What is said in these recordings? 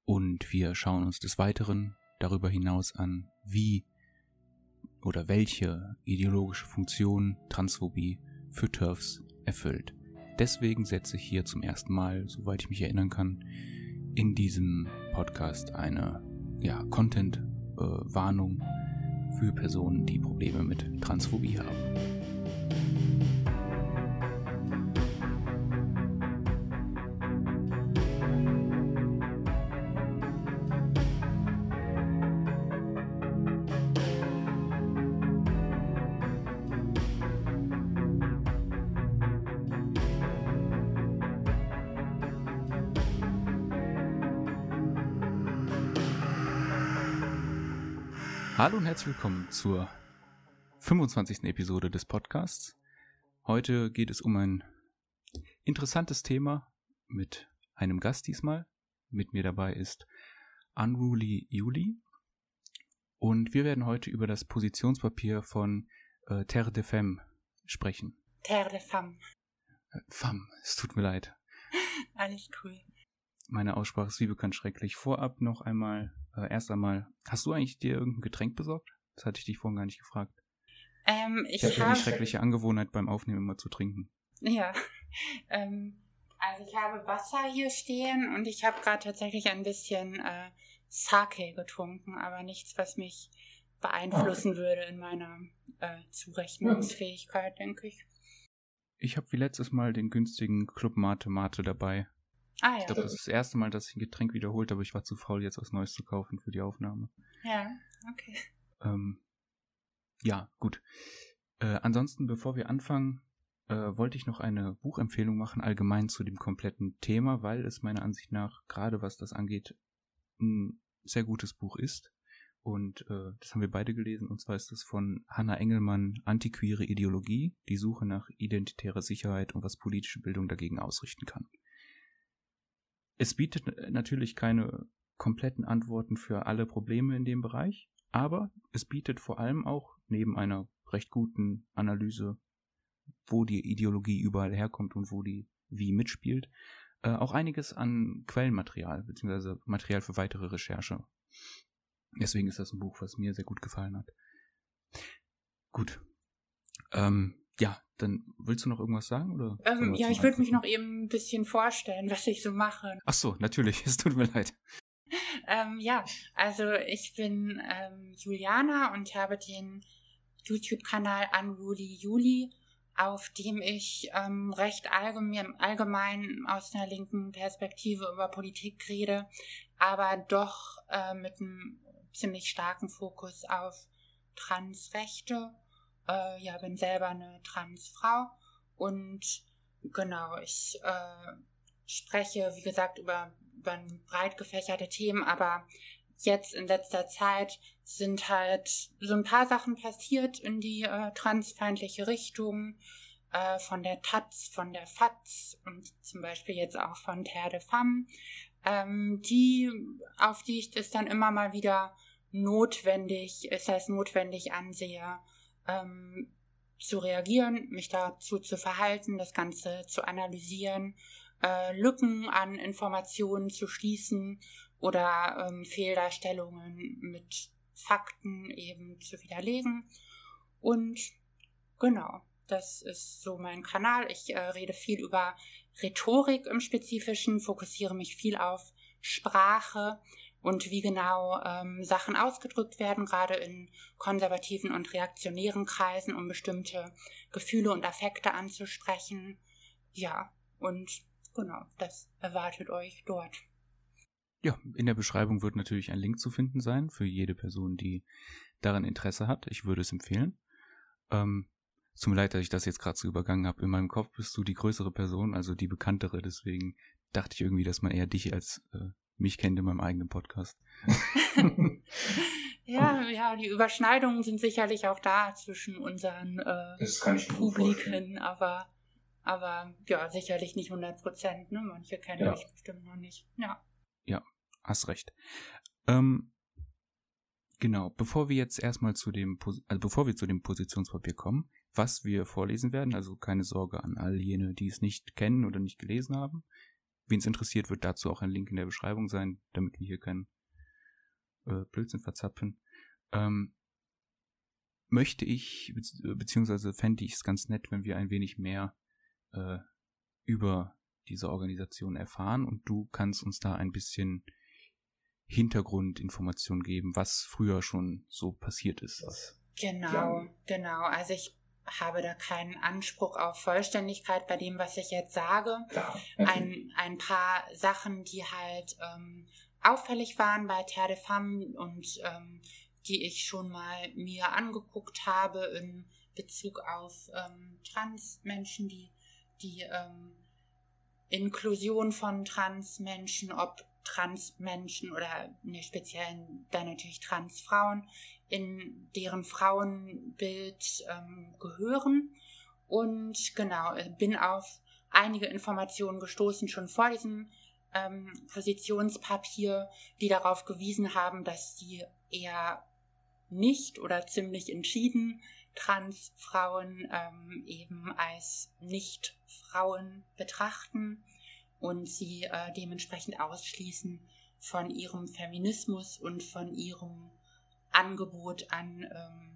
Und wir schauen uns des Weiteren darüber hinaus an, wie oder welche ideologische Funktion Transphobie für TERFs erfüllt. Deswegen setze ich hier zum ersten Mal, soweit ich mich erinnern kann, in diesem Podcast eine Content-Warnung für Personen, die Probleme mit Transphobie haben. Hallo und herzlich willkommen zur 25. Episode des Podcasts. Heute geht es um ein interessantes Thema mit einem Gast diesmal. Mit mir dabei ist Unruly Julie und wir werden heute über das Positionspapier von Terre des Femmes sprechen. Terre des Femmes. Femme, es tut mir leid. Alles cool. Meine Aussprache ist wie bekannt schrecklich. Vorab noch erst einmal, hast du eigentlich dir irgendein Getränk besorgt? Das hatte ich dich vorhin gar nicht gefragt. Ich habe die schreckliche Angewohnheit beim Aufnehmen immer zu trinken. Ja, also ich habe Wasser hier stehen und ich habe gerade tatsächlich ein bisschen Sake getrunken, aber nichts, was mich beeinflussen würde in meiner Zurechnungsfähigkeit, denke ich. Ich habe wie letztes Mal den günstigen Club Mate dabei. Ah, ja. Ich glaube, das ist das erste Mal, dass ich ein Getränk wiederholt, aber ich war zu faul, jetzt was Neues zu kaufen für die Aufnahme. Ja, okay. Ja, gut. Ansonsten, bevor wir anfangen, wollte ich noch eine Buchempfehlung machen, allgemein zu dem kompletten Thema, weil es meiner Ansicht nach, gerade was das angeht, ein sehr gutes Buch ist. Und das haben wir beide gelesen, und zwar ist es von Hannah Engelmann, Antiqueere Ideologie, die Suche nach identitärer Sicherheit und was politische Bildung dagegen ausrichten kann. Es bietet natürlich keine kompletten Antworten für alle Probleme in dem Bereich, aber es bietet vor allem auch neben einer recht guten Analyse, wo die Ideologie überall herkommt und wo die wie mitspielt, auch einiges an Quellenmaterial bzw. Material für weitere Recherche. Deswegen ist das ein Buch, was mir sehr gut gefallen hat. Gut. Dann willst du noch irgendwas sagen? Oder ja, ich würde mich noch eben ein bisschen vorstellen, was ich so mache. Ach so, natürlich, es tut mir leid. Also ich bin Juliana und habe den YouTube-Kanal Unruly Julie, auf dem ich recht allgemein aus einer linken Perspektive über Politik rede, aber doch mit einem ziemlich starken Fokus auf Transrechte. Bin selber eine Transfrau und genau, ich spreche, wie gesagt, über breit gefächerte Themen, aber jetzt in letzter Zeit sind halt so ein paar Sachen passiert in die transfeindliche Richtung, von der Taz, von der FAZ und zum Beispiel jetzt auch von Terre des Femmes, auf die ich das dann immer mal wieder notwendig ansehe, zu reagieren, mich dazu zu verhalten, das Ganze zu analysieren, Lücken an Informationen zu schließen oder Fehldarstellungen mit Fakten eben zu widerlegen. Und genau, das ist so mein Kanal. Ich rede viel über Rhetorik im Spezifischen, fokussiere mich viel auf Sprache und wie genau Sachen ausgedrückt werden, gerade in konservativen und reaktionären Kreisen, um bestimmte Gefühle und Affekte anzusprechen. Ja, und genau, das erwartet euch dort. Ja, in der Beschreibung wird natürlich ein Link zu finden sein für jede Person, die daran Interesse hat. Ich würde es empfehlen. Es tut mir leid, dass ich das jetzt gerade so übergangen habe. In meinem Kopf bist du die größere Person, also die bekanntere. Deswegen dachte ich irgendwie, dass man eher dich als mich kennt in meinem eigenen Podcast. Ja, die Überschneidungen sind sicherlich auch da zwischen unseren Publiken, aber ja, sicherlich nicht 100%, ne? Manche kennen mich bestimmt noch nicht. Ja, hast recht. Genau, bevor wir zu dem Positionspapier kommen, was wir vorlesen werden, also keine Sorge an all jene, die es nicht kennen oder nicht gelesen haben. wen es interessiert, wird dazu auch ein Link in der Beschreibung sein, damit wir hier keinen Blödsinn verzapfen. Möchte ich, beziehungsweise fände ich es ganz nett, wenn wir ein wenig mehr über diese Organisation erfahren und du kannst uns da ein bisschen Hintergrundinformationen geben, was früher schon so passiert ist. Genau. Also ich habe da keinen Anspruch auf Vollständigkeit bei dem, was ich jetzt sage. Klar, ein paar Sachen, die halt auffällig waren bei Terre de Femme und die ich schon mal mir angeguckt habe in Bezug auf Transmenschen, die Inklusion von Transmenschen, ob Transmenschen oder speziell dann natürlich Transfrauen in deren Frauenbild gehören. Und genau, bin auf einige Informationen gestoßen, schon vor diesem Positionspapier, die darauf gewiesen haben, dass die eher nicht oder ziemlich entschieden Transfrauen eben als Nicht-Frauen betrachten und sie dementsprechend ausschließen von ihrem Feminismus und von ihrem Angebot an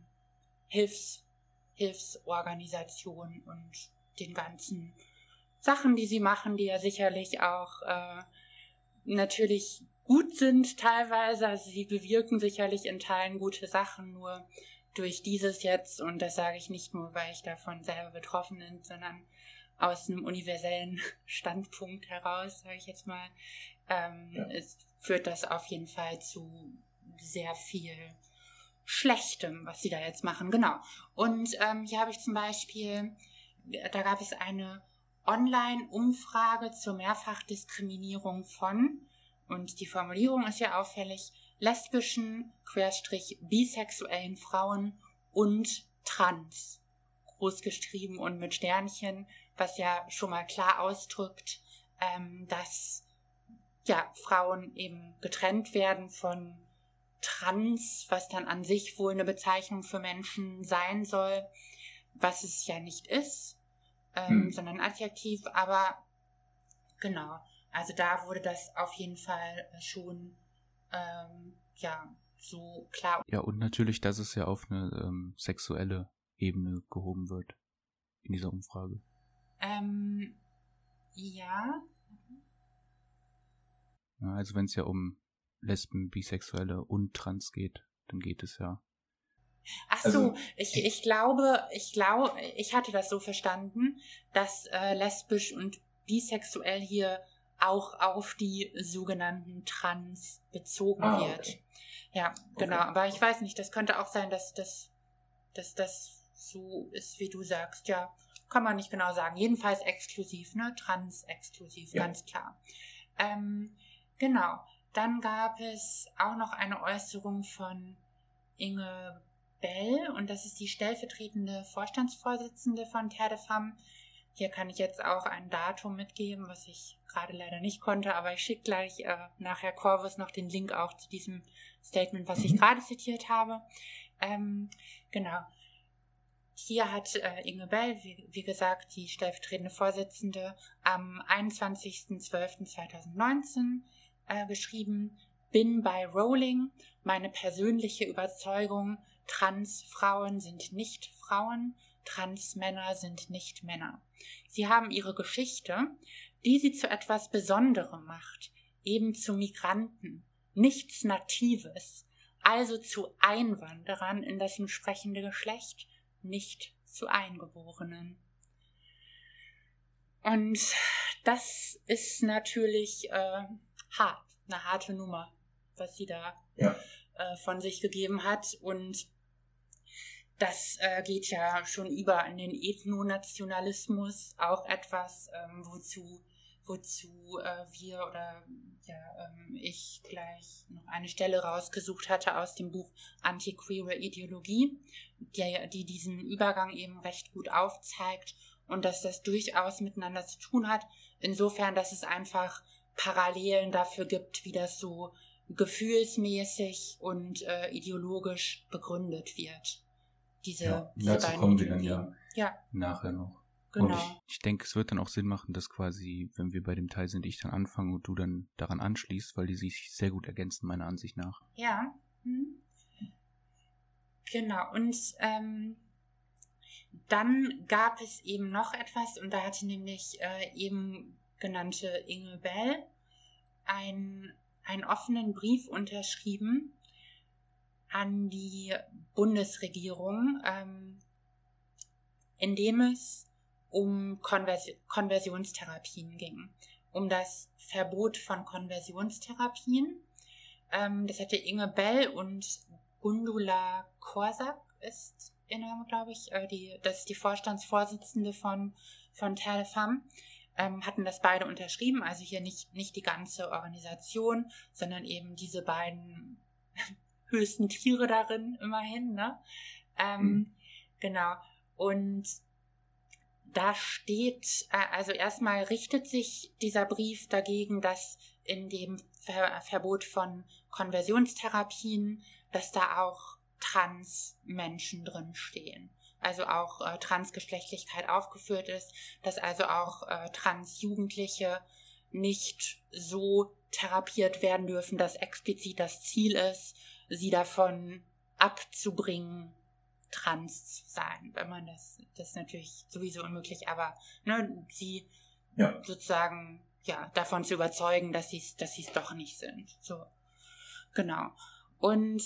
Hilfsorganisationen und den ganzen Sachen, die sie machen, die ja sicherlich auch natürlich gut sind teilweise. Also sie bewirken sicherlich in Teilen gute Sachen, nur durch dieses jetzt, und das sage ich nicht nur, weil ich davon selber betroffen bin, sondern aus einem universellen Standpunkt heraus, sage ich jetzt mal, es führt das auf jeden Fall zu sehr viel Schlechtem, was sie da jetzt machen. Genau. Und hier habe ich zum Beispiel, da gab es eine Online-Umfrage zur Mehrfachdiskriminierung von, und die Formulierung ist ja auffällig, lesbischen, bisexuellen Frauen und trans, großgeschrieben und mit Sternchen, was ja schon mal klar ausdrückt, dass ja Frauen eben getrennt werden von trans, was dann an sich wohl eine Bezeichnung für Menschen sein soll, was es ja nicht ist, sondern Adjektiv, aber genau, also da wurde das auf jeden Fall schon so klar. Ja, und natürlich, dass es ja auf eine sexuelle Ebene gehoben wird in dieser Umfrage. Ja. Also wenn es ja um Lesben, Bisexuelle und Trans geht, dann geht es ja. Ach so, ich glaube, ich hatte das so verstanden, dass lesbisch und bisexuell hier auch auf die sogenannten Trans bezogen wird. Okay. Ja, genau, okay. Aber ich weiß nicht, das könnte auch sein, dass das so ist, wie du sagst. Ja, kann man nicht genau sagen. Jedenfalls exklusiv, ne? Trans-exklusiv, ja. Ganz klar. Genau, dann gab es auch noch eine Äußerung von Inge Bell, und das ist die stellvertretende Vorstandsvorsitzende von Terre de Femme. Hier kann ich jetzt auch ein Datum mitgeben, was ich gerade leider nicht konnte, aber ich schicke gleich nachher Corvus noch den Link auch zu diesem Statement, was ich gerade zitiert habe. Genau. Hier hat Inge Bell, wie gesagt, die stellvertretende Vorsitzende, am 21.12.2019 geschrieben: Bin bei Rowling, meine persönliche Überzeugung, Transfrauen sind nicht Frauen, Transmänner sind nicht Männer. Sie haben ihre Geschichte, die sie zu etwas Besonderem macht, eben zu Migranten, nichts Natives, also zu Einwanderern in das entsprechende Geschlecht, nicht zu Eingeborenen. Und das ist natürlich hart, eine harte Nummer, was sie da von sich gegeben hat. Und das geht ja schon über in den Ethnonationalismus, auch etwas, wozu wir oder ich gleich noch eine Stelle rausgesucht hatte aus dem Buch Antiqueere Ideologie, die diesen Übergang eben recht gut aufzeigt und dass das durchaus miteinander zu tun hat, insofern, dass es einfach Parallelen dafür gibt, wie das so gefühlsmäßig und ideologisch begründet wird. Diese dazu beiden kommen wir dann ja nachher noch. Genau. Und ich denke, es wird dann auch Sinn machen, dass quasi, wenn wir bei dem Teil sind, ich dann anfange und du dann daran anschließt, weil die sich sehr gut ergänzen, meiner Ansicht nach. Ja. Genau. Und dann gab es eben noch etwas, und da hatte nämlich eben genannte Inge Bell einen offenen Brief unterschrieben an die Bundesregierung, in dem es um Konversionstherapien ging, um das Verbot von Konversionstherapien. Das hatte Inge Bell und Gundula Korsak ist ihr Name, glaube ich, das ist die Vorstandsvorsitzende von Telefam, hatten das beide unterschrieben, also hier nicht die ganze Organisation, sondern eben diese beiden höchsten Tiere darin immerhin, ne? Genau. Und da steht, also erstmal richtet sich dieser Brief dagegen, dass in dem Verbot von Konversionstherapien, dass da auch Trans-Menschen drin stehen. Also auch Transgeschlechtlichkeit aufgeführt ist, dass also auch Trans-Jugendliche nicht so therapiert werden dürfen, dass explizit das Ziel ist, sie davon abzubringen, trans zu sein. Wenn man das ist natürlich sowieso unmöglich, aber ne, sie sozusagen davon zu überzeugen, dass sie es doch nicht sind. So, genau. Und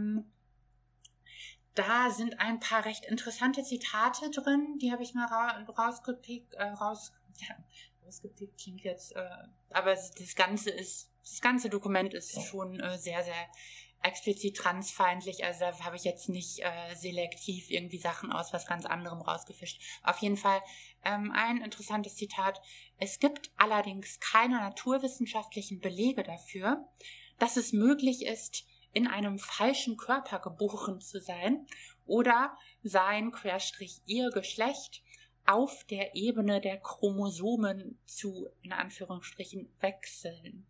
da sind ein paar recht interessante Zitate drin, die habe ich mal rausgepickt, rausgepickt klingt jetzt, aber das ganze Dokument ist schon sehr, sehr explizit transfeindlich, also da habe ich jetzt nicht selektiv irgendwie Sachen aus was ganz anderem rausgefischt. Auf jeden Fall ein interessantes Zitat. Es gibt allerdings keine naturwissenschaftlichen Belege dafür, dass es möglich ist, in einem falschen Körper geboren zu sein oder ihr Geschlecht auf der Ebene der Chromosomen zu, in Anführungsstrichen, wechseln.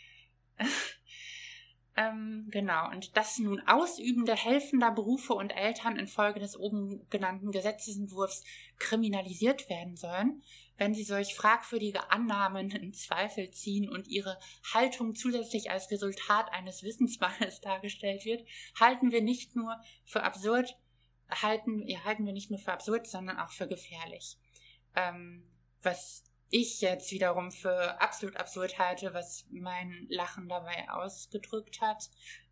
Genau, und dass nun Ausübende helfender Berufe und Eltern infolge des oben genannten Gesetzesentwurfs kriminalisiert werden sollen, wenn sie solch fragwürdige Annahmen in Zweifel ziehen und ihre Haltung zusätzlich als Resultat eines Wissensmangels dargestellt wird, halten wir nicht nur für absurd, sondern auch für gefährlich. Was ich jetzt wiederum für absolut absurd halte, was mein Lachen dabei ausgedrückt hat.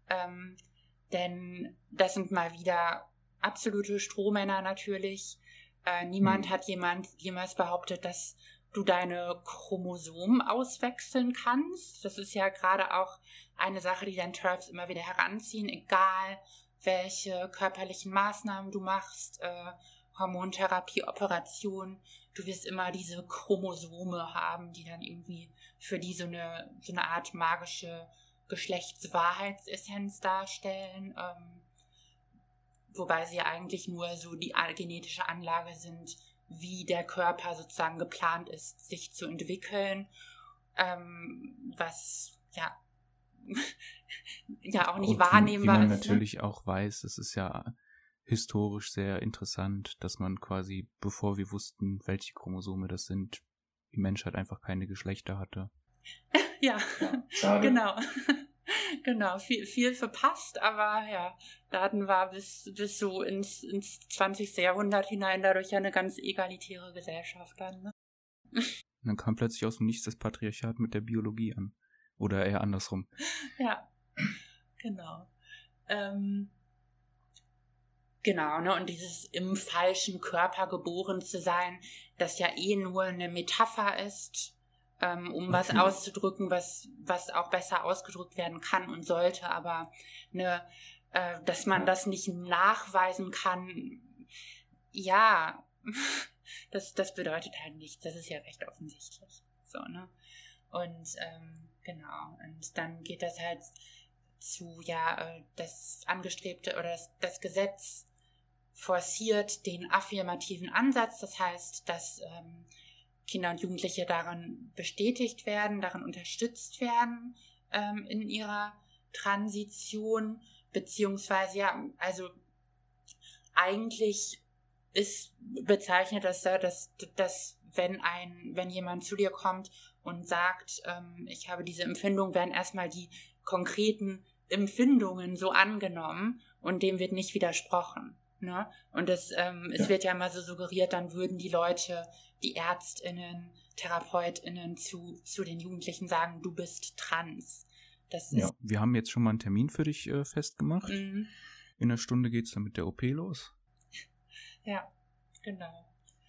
Denn das sind mal wieder absolute Strohmänner natürlich. Niemand hat jemals behauptet, dass du deine Chromosomen auswechseln kannst. Das ist ja gerade auch eine Sache, die dann TERFs immer wieder heranziehen, egal welche körperlichen Maßnahmen du machst, Hormontherapie, Operation, du wirst immer diese Chromosome haben, die dann irgendwie für die so eine Art magische Geschlechtswahrheitsessenz darstellen, wobei sie ja eigentlich nur so die genetische Anlage sind, wie der Körper sozusagen geplant ist, sich zu entwickeln, was auch nicht wahrnehmbar ist. Wie man ist, natürlich auch weiß, es ist ja historisch sehr interessant, dass man quasi, bevor wir wussten, welche Chromosome das sind, die Menschheit einfach keine Geschlechter hatte. Ja, genau. Genau, viel verpasst, aber ja, Daten war bis so ins 20. Jahrhundert hinein dadurch ja eine ganz egalitäre Gesellschaft dann, ne? Und dann kam plötzlich aus dem Nichts das Patriarchat mit der Biologie an. Oder eher andersrum. Ja, genau. Genau, ne, und dieses im falschen Körper geboren zu sein, das ja nur eine Metapher ist, um was auszudrücken, was auch besser ausgedrückt werden kann und sollte, aber dass man das nicht nachweisen kann, ja, das bedeutet halt nichts, das ist ja recht offensichtlich, so, ne, und genau, und dann geht das halt zu, das angestrebte oder das Gesetz forciert den affirmativen Ansatz, das heißt, dass Kinder und Jugendliche darin bestätigt werden, darin unterstützt werden in ihrer Transition, beziehungsweise also eigentlich ist bezeichnet, dass wenn jemand zu dir kommt und sagt, ich habe diese Empfindung, werden erstmal die konkreten Empfindungen so angenommen und dem wird nicht widersprochen. Ne? Und es wird ja immer so suggeriert, dann würden die Leute, die ÄrztInnen, TherapeutInnen zu den Jugendlichen sagen, du bist trans. Wir haben jetzt schon mal einen Termin für dich festgemacht. In einer Stunde geht's dann mit der OP los. Ja, genau.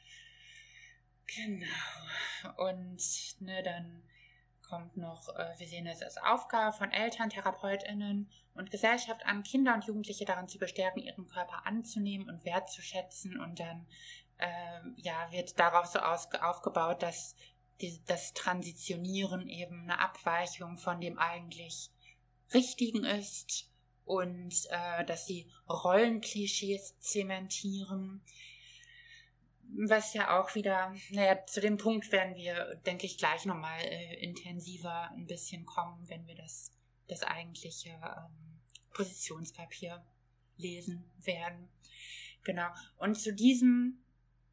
Und dann kommt noch, wir sehen es als Aufgabe von Eltern, TherapeutInnen und Gesellschaft an, Kinder und Jugendliche daran zu bestärken, ihren Körper anzunehmen und wertzuschätzen. Und dann wird darauf so aufgebaut, dass das Transitionieren eben eine Abweichung von dem eigentlich Richtigen ist und dass sie Rollenklischees zementieren. Was ja auch wieder, zu dem Punkt werden wir, denke ich, gleich nochmal intensiver ein bisschen kommen, wenn wir das eigentliche Positionspapier lesen werden. Genau. Und zu diesem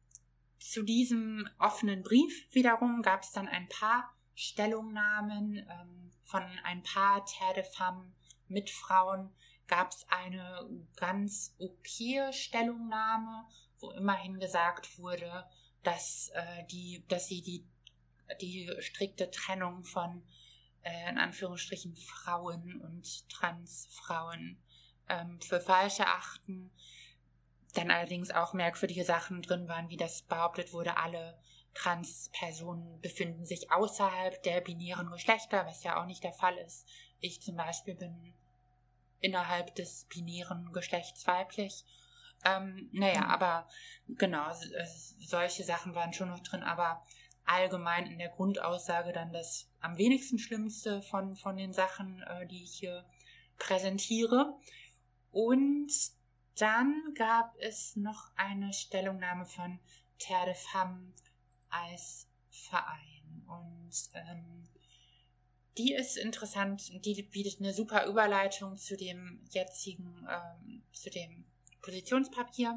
offenen Brief wiederum gab es dann ein paar Stellungnahmen von ein paar Terre de Femme Mitfrauen. Gab es eine ganz okaye Stellungnahme, wo immerhin gesagt wurde, dass sie die strikte Trennung von in Anführungsstrichen Frauen und Transfrauen für falsch erachten. Dann allerdings auch merkwürdige Sachen drin waren, wie das behauptet wurde, alle Transpersonen befinden sich außerhalb der binären Geschlechter, was ja auch nicht der Fall ist. Ich zum Beispiel bin innerhalb des binären Geschlechts weiblich. Aber genau, solche Sachen waren schon noch drin, aber allgemein in der Grundaussage dann das am wenigsten Schlimmste von den Sachen, die ich hier präsentiere. Und dann gab es noch eine Stellungnahme von Terre de Femme als Verein. Und die ist interessant, die bietet eine super Überleitung zu dem jetzigen, zu dem Positionspapier.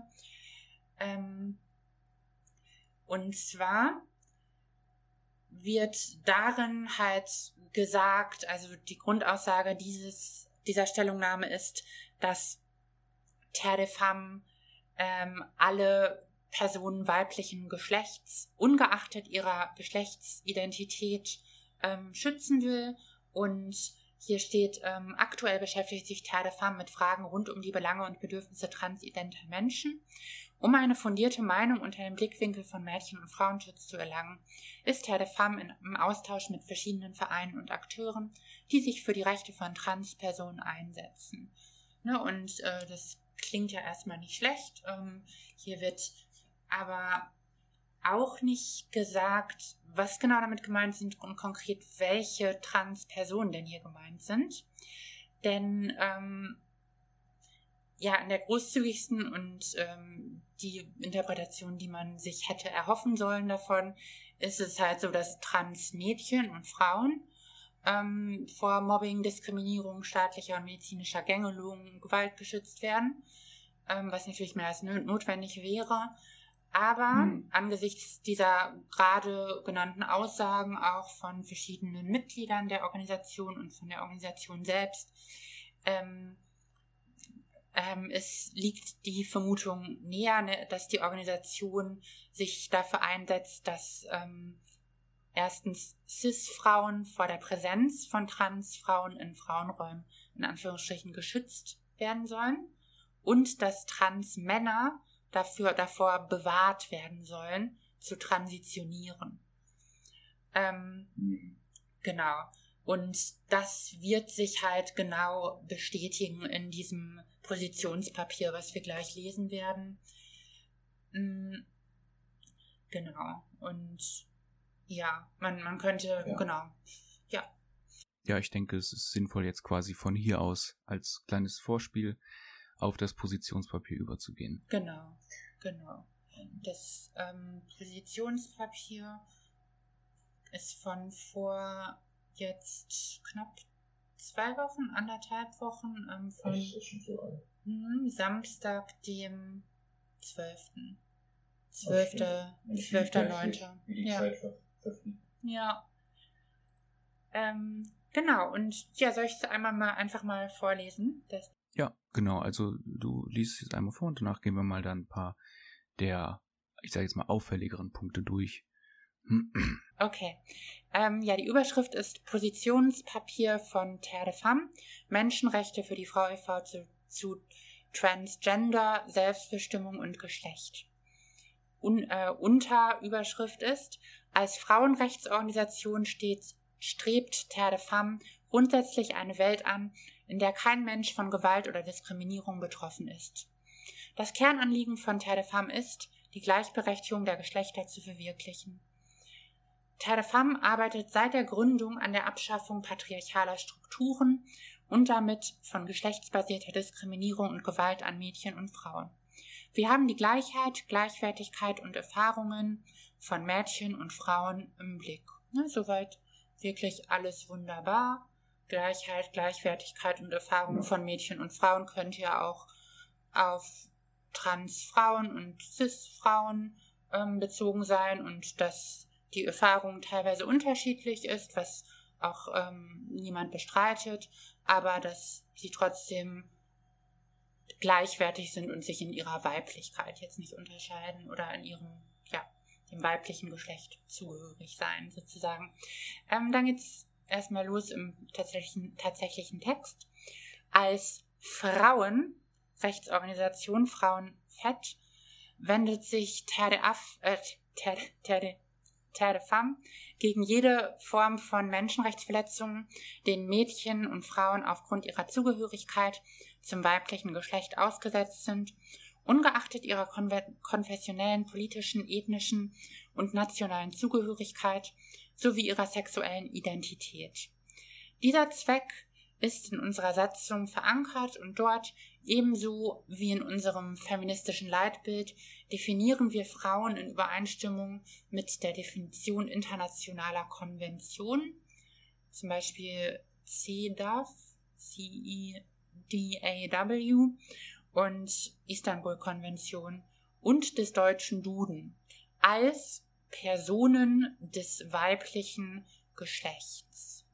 Und zwar wird darin halt gesagt, also die Grundaussage dieser Stellungnahme ist, dass Terre de Femme alle Personen weiblichen Geschlechts, ungeachtet ihrer Geschlechtsidentität, schützen will. Und hier steht, aktuell beschäftigt sich Terre de Femme mit Fragen rund um die Belange und Bedürfnisse transidenter Menschen. Um eine fundierte Meinung unter dem Blickwinkel von Mädchen- und Frauenschutz zu erlangen, ist Terre de Femme im Austausch mit verschiedenen Vereinen und Akteuren, die sich für die Rechte von Transpersonen einsetzen. Ne, und das klingt ja erstmal nicht schlecht. Hier wird aber auch nicht gesagt, was genau damit gemeint sind und konkret welche Transpersonen denn hier gemeint sind. Denn in der großzügigsten und die Interpretation, die man sich hätte erhoffen sollen davon, ist es halt so, dass Transmädchen und Frauen vor Mobbing, Diskriminierung, staatlicher und medizinischer Gängelung, Gewalt geschützt werden, was natürlich mehr als notwendig wäre. Aber angesichts dieser gerade genannten Aussagen auch von verschiedenen Mitgliedern der Organisation und von der Organisation selbst, es liegt die Vermutung näher, dass die Organisation sich dafür einsetzt, dass erstens Cis-Frauen vor der Präsenz von Transfrauen in Frauenräumen in Anführungsstrichen geschützt werden sollen und dass Transmänner davor bewahrt werden sollen, zu transitionieren. Genau. Und das wird sich halt genau bestätigen in diesem Positionspapier, was wir gleich lesen werden. Genau. Und ja, man könnte, genau. Ja. Ja, ich denke, es ist sinnvoll, jetzt quasi von hier aus als kleines Vorspiel auf das Positionspapier überzugehen. Genau. Das Positionspapier ist von vor jetzt knapp 2 Wochen, 1,5 Wochen, von Samstag, dem 12. 12.9. Ja. Genau, und ja, soll ich es einfach mal vorlesen? Ja, genau, also du liest es jetzt einmal vor und danach gehen wir mal dann ein paar der, ich sage jetzt mal, auffälligeren Punkte durch. Okay. Ja, die Überschrift ist Positionspapier von Terre de Femme, Menschenrechte für die Frau e.V. zu Transgender, Selbstbestimmung und Geschlecht. Unterüberschrift ist, als Frauenrechtsorganisation strebt Terre de Femme grundsätzlich eine Welt an, in der kein Mensch von Gewalt oder Diskriminierung betroffen ist. Das Kernanliegen von Terre de Femme ist, die Gleichberechtigung der Geschlechter zu verwirklichen. Terre de Femme arbeitet seit der Gründung an der Abschaffung patriarchaler Strukturen und damit von geschlechtsbasierter Diskriminierung und Gewalt an Mädchen und Frauen. Wir haben die Gleichheit, Gleichwertigkeit und Erfahrungen von Mädchen und Frauen im Blick. Soweit wirklich alles wunderbar. Gleichheit, Gleichwertigkeit und Erfahrungen von Mädchen und Frauen könnte ja auch auf Transfrauen und Cis-Frauen bezogen sein und dass die Erfahrung teilweise unterschiedlich ist, was auch niemand bestreitet, aber dass sie trotzdem gleichwertig sind und sich in ihrer Weiblichkeit jetzt nicht unterscheiden oder in ihrem, dem weiblichen Geschlecht zugehörig sein, sozusagen. Dann geht's erstmal los im tatsächlichen Text. Als Frauenrechtsorganisation Frauenfett wendet sich Terre de Femme gegen jede Form von Menschenrechtsverletzungen, denen Mädchen und Frauen aufgrund ihrer Zugehörigkeit zum weiblichen Geschlecht ausgesetzt sind, ungeachtet ihrer konfessionellen, politischen, ethnischen und nationalen Zugehörigkeit sowie ihrer sexuellen Identität. Dieser Zweck ist in unserer Satzung verankert und dort, ebenso wie in unserem feministischen Leitbild, definieren wir Frauen in Übereinstimmung mit der Definition internationaler Konventionen, zum Beispiel CEDAW, CEDAW und Istanbul-Konvention und des Deutschen Duden, als Personen des weiblichen Geschlechts.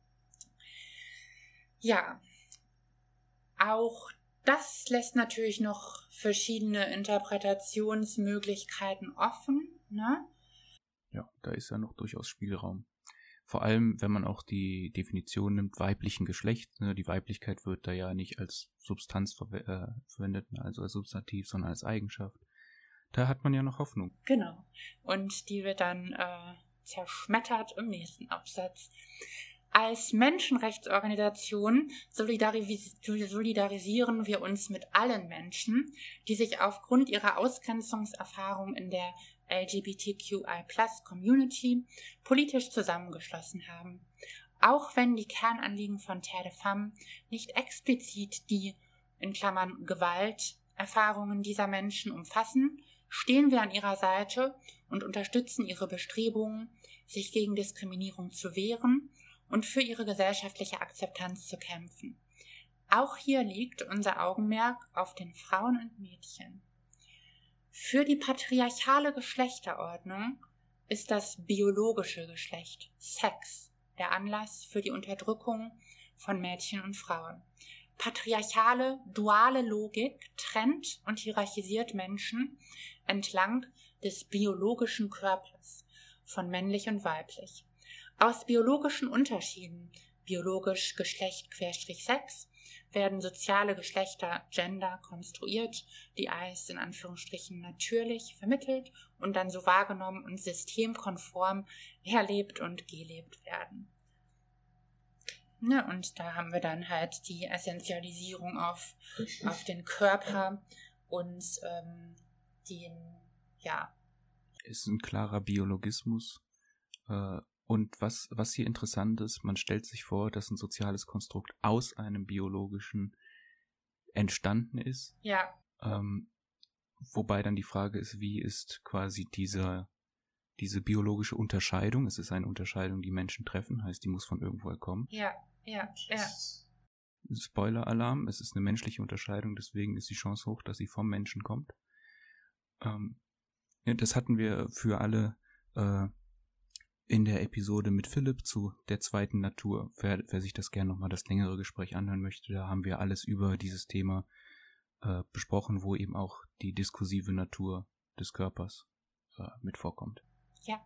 Ja, auch das lässt natürlich noch verschiedene Interpretationsmöglichkeiten offen, ne? Ja, da ist ja noch durchaus Spielraum. Vor allem, wenn man auch die Definition nimmt, weiblichen Geschlecht, ne? Die Weiblichkeit wird da ja nicht als Substanz verwendet, also als Substantiv, sondern als Eigenschaft. Da hat man ja noch Hoffnung. Genau. Und die wird dann zerschmettert im nächsten Absatz. Als Menschenrechtsorganisation solidarisieren wir uns mit allen Menschen, die sich aufgrund ihrer Ausgrenzungserfahrung in der LGBTQI+-Community politisch zusammengeschlossen haben. Auch wenn die Kernanliegen von Terre de Femme nicht explizit die, in Klammern, Gewalterfahrungen dieser Menschen umfassen, stehen wir an ihrer Seite und unterstützen ihre Bestrebungen, sich gegen Diskriminierung zu wehren und für ihre gesellschaftliche Akzeptanz zu kämpfen. Auch hier liegt unser Augenmerk auf den Frauen und Mädchen. Für die patriarchale Geschlechterordnung ist das biologische Geschlecht, Sex, der Anlass für die Unterdrückung von Mädchen und Frauen. Patriarchale, duale Logik trennt und hierarchisiert Menschen entlang des biologischen Körpers von männlich und weiblich. Aus biologischen Unterschieden, biologisch Geschlecht /Sex, werden soziale Geschlechter, Gender, konstruiert, die als in Anführungsstrichen natürlich vermittelt und dann so wahrgenommen und systemkonform erlebt und gelebt werden. Ja, und da haben wir dann halt die Essentialisierung auf den Körper und Ist ein klarer Biologismus. Und was hier interessant ist, man stellt sich vor, dass ein soziales Konstrukt aus einem biologischen entstanden ist. Ja. Wobei dann die Frage ist, wie ist quasi diese biologische Unterscheidung, es ist eine Unterscheidung, die Menschen treffen, heißt, die muss von irgendwoher kommen. Ja. Spoiler-Alarm, es ist eine menschliche Unterscheidung, deswegen ist die Chance hoch, dass sie vom Menschen kommt. Ja, das hatten wir für alle in der Episode mit Philipp zu der zweiten Natur. Wer sich das gerne nochmal das längere Gespräch anhören möchte, da haben wir alles über dieses Thema besprochen, wo eben auch die diskursive Natur des Körpers mit vorkommt. Ja.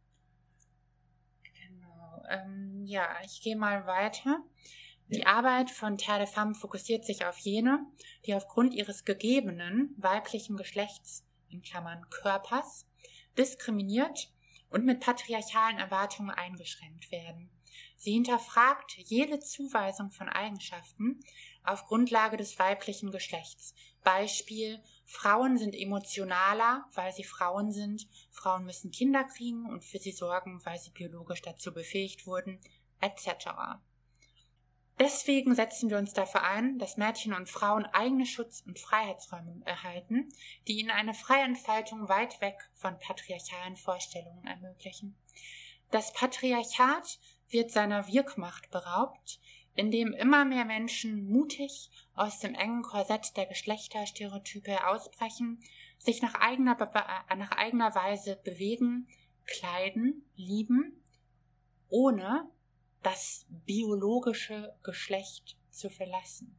Genau. Ja, ich gehe mal weiter. Die Arbeit von Terre de Femme fokussiert sich auf jene, die aufgrund ihres gegebenen weiblichen Geschlechts, in Klammern Körpers, diskriminiert und mit patriarchalen Erwartungen eingeschränkt werden. Sie hinterfragt jede Zuweisung von Eigenschaften auf Grundlage des weiblichen Geschlechts. Beispiel: Frauen sind emotionaler, weil sie Frauen sind. Frauen müssen Kinder kriegen und für sie sorgen, weil sie biologisch dazu befähigt wurden, etc. Deswegen setzen wir uns dafür ein, dass Mädchen und Frauen eigene Schutz- und Freiheitsräume erhalten, die ihnen eine freie Entfaltung weit weg von patriarchalen Vorstellungen ermöglichen. Das Patriarchat wird seiner Wirkmacht beraubt, indem immer mehr Menschen mutig aus dem engen Korsett der Geschlechterstereotype ausbrechen, sich nach eigener Weise bewegen, kleiden, lieben, ohne das biologische Geschlecht zu verlassen.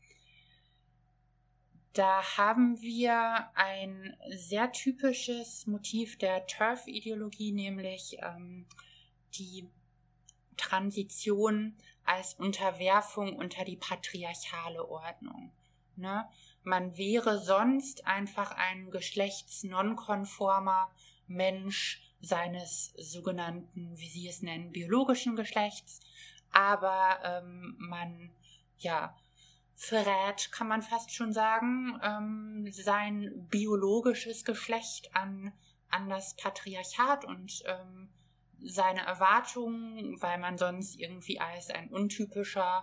Da haben wir ein sehr typisches Motiv der TERF-Ideologie, nämlich die Transition als Unterwerfung unter die patriarchale Ordnung. Ne? Man wäre sonst einfach ein geschlechtsnonkonformer Mensch seines sogenannten, wie Sie es nennen, biologischen Geschlechts, aber man verrät, kann man fast schon sagen, sein biologisches Geschlecht an das Patriarchat und seine Erwartungen, weil man sonst irgendwie als eine untypische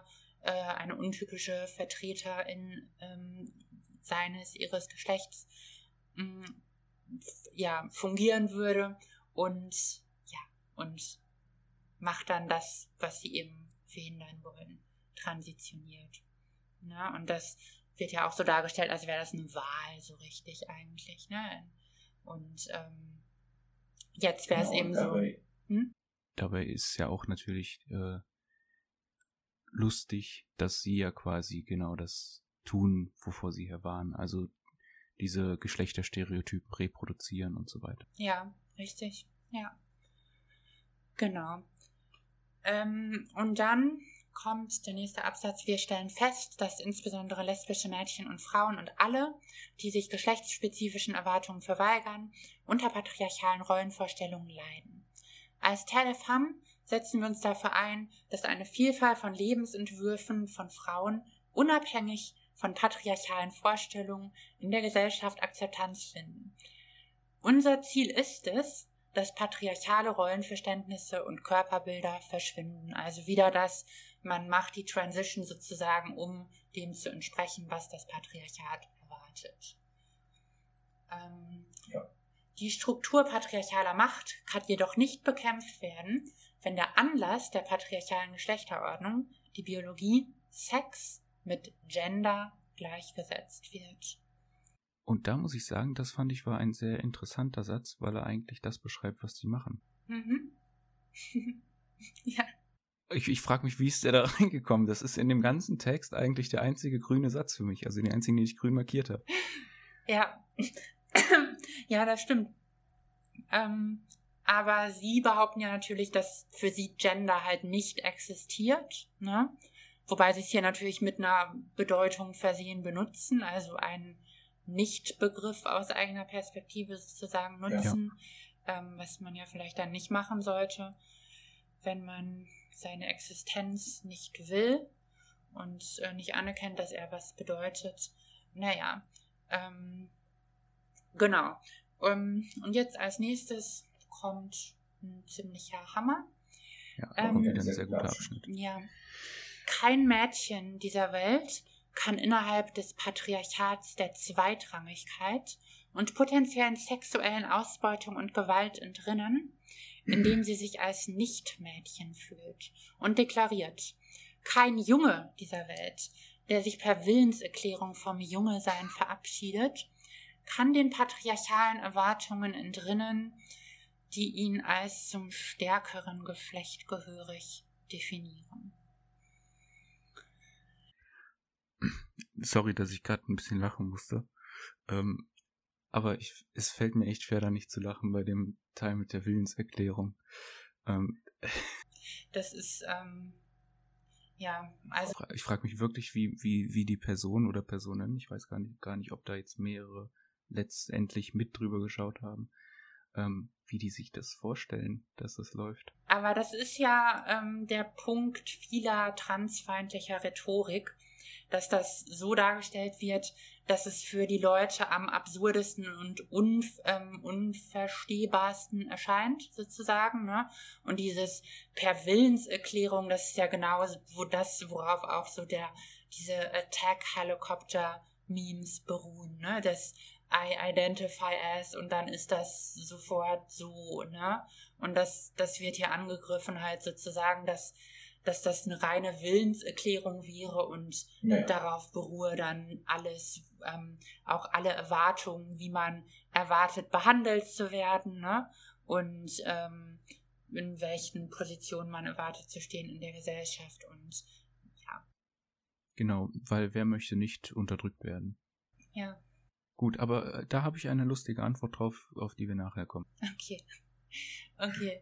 Vertreterin ihres Geschlechts fungieren würde und macht dann das, was sie eben verhindern wollen, transitioniert. Ne? Und das wird ja auch so dargestellt, als wäre das eine Wahl so richtig eigentlich. Ne? Und jetzt wäre es eben dabei, so. Dabei ist ja auch natürlich lustig, dass sie ja quasi genau das tun, wovor sie hier waren. Also diese Geschlechterstereotypen reproduzieren und so weiter. Ja, richtig. Ja. Genau. Und dann kommt der nächste Absatz. Wir stellen fest, dass insbesondere lesbische Mädchen und Frauen und alle, die sich geschlechtsspezifischen Erwartungen verweigern, unter patriarchalen Rollenvorstellungen leiden. Als Terre de Femme setzen wir uns dafür ein, dass eine Vielfalt von Lebensentwürfen von Frauen unabhängig von patriarchalen Vorstellungen in der Gesellschaft Akzeptanz finden. Unser Ziel ist es, dass patriarchale Rollenverständnisse und Körperbilder verschwinden. Also wieder man macht die Transition sozusagen, um dem zu entsprechen, was das Patriarchat erwartet. Die Struktur patriarchaler Macht kann jedoch nicht bekämpft werden, wenn der Anlass der patriarchalen Geschlechterordnung, die Biologie, Sex, mit Gender gleichgesetzt wird. Und da muss ich sagen, das fand ich war ein sehr interessanter Satz, weil er eigentlich das beschreibt, was die machen. Mhm. Ja. Ich frage mich, wie ist der da reingekommen? Das ist in dem ganzen Text eigentlich der einzige grüne Satz für mich, also den einzigen, den ich grün markiert habe. Ja. Ja, das stimmt. Aber sie behaupten ja natürlich, dass für sie Gender halt nicht existiert, ne? Wobei sie es hier natürlich mit einer Bedeutung versehen benutzen, also einen Nicht-Begriff aus eigener Perspektive sozusagen nutzen, was man ja vielleicht dann nicht machen sollte, wenn man seine Existenz nicht will und nicht anerkennt, dass er was bedeutet. Naja, genau. Und jetzt als nächstes kommt ein ziemlicher Hammer. Ja, auch wieder ein sehr guter Abschnitt. Ja. Kein Mädchen dieser Welt kann innerhalb des Patriarchats der Zweitrangigkeit und potenziellen sexuellen Ausbeutung und Gewalt entrinnen, indem sie sich als Nicht-Mädchen fühlt und deklariert: Kein Junge dieser Welt, der sich per Willenserklärung vom Junge-Sein verabschiedet, kann den patriarchalen Erwartungen entrinnen, die ihn als zum stärkeren Geschlecht gehörig definieren. Sorry, dass ich gerade ein bisschen lachen musste. Aber es fällt mir echt schwer, da nicht zu lachen bei dem Teil mit der Willenserklärung. Das ist, ja, also... Ich frage mich wirklich, wie die Person oder Personen, ich weiß gar nicht, ob da jetzt mehrere letztendlich mit drüber geschaut haben, wie die sich das vorstellen, dass das läuft. Aber das ist ja der Punkt vieler transfeindlicher Rhetorik, dass das so dargestellt wird, dass es für die Leute am absurdesten und unverstehbarsten erscheint, sozusagen, ne? Und dieses per Willenserklärung, das ist ja genau worauf auch so diese Attack-Helicopter-Memes beruhen, ne? Das I identify as und dann ist das sofort so, ne? Und das wird hier angegriffen halt sozusagen, dass das eine reine Willenserklärung wäre und darauf beruhe dann alles, auch alle Erwartungen, wie man erwartet, behandelt zu werden, ne? Und in welchen Positionen man erwartet zu stehen in der Gesellschaft und ja. Genau, weil wer möchte nicht unterdrückt werden? Ja. Gut, aber da habe ich eine lustige Antwort drauf, auf die wir nachher kommen. Okay.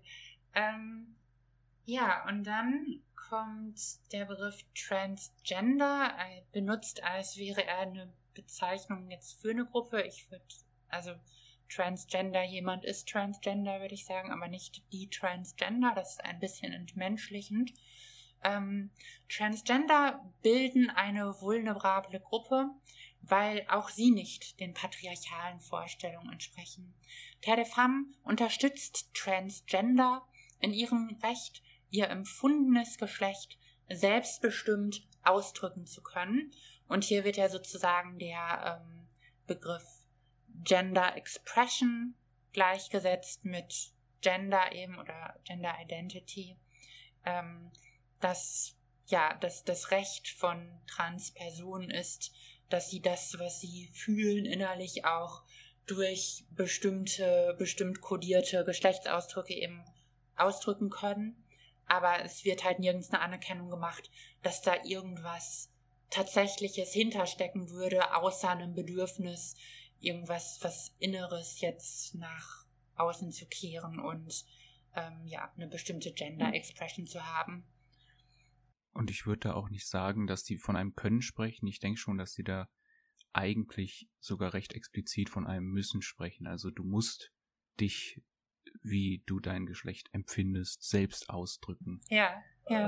Ja, und dann kommt der Begriff Transgender, benutzt als wäre er eine Bezeichnung jetzt für eine Gruppe. Also Transgender, jemand ist Transgender, würde ich sagen, aber nicht die Transgender, das ist ein bisschen entmenschlichend. Transgender bilden eine vulnerable Gruppe, weil auch sie nicht den patriarchalen Vorstellungen entsprechen. Terre des Femmes unterstützt Transgender in ihrem Recht, ihr empfundenes Geschlecht selbstbestimmt ausdrücken zu können. Und hier wird ja sozusagen der Begriff Gender Expression gleichgesetzt mit Gender eben oder Gender Identity, dass das Recht von Transpersonen ist, dass sie das, was sie fühlen, innerlich auch durch bestimmt kodierte Geschlechtsausdrücke eben ausdrücken können. Aber es wird halt nirgends eine Anerkennung gemacht, dass da irgendwas Tatsächliches hinterstecken würde, außer einem Bedürfnis, was Inneres jetzt nach außen zu kehren und eine bestimmte Gender-Expression zu haben. Und ich würde da auch nicht sagen, dass die von einem Können sprechen. Ich denke schon, dass sie da eigentlich sogar recht explizit von einem Müssen sprechen. Also du musst dich, wie du dein Geschlecht empfindest, selbst ausdrücken. Ja.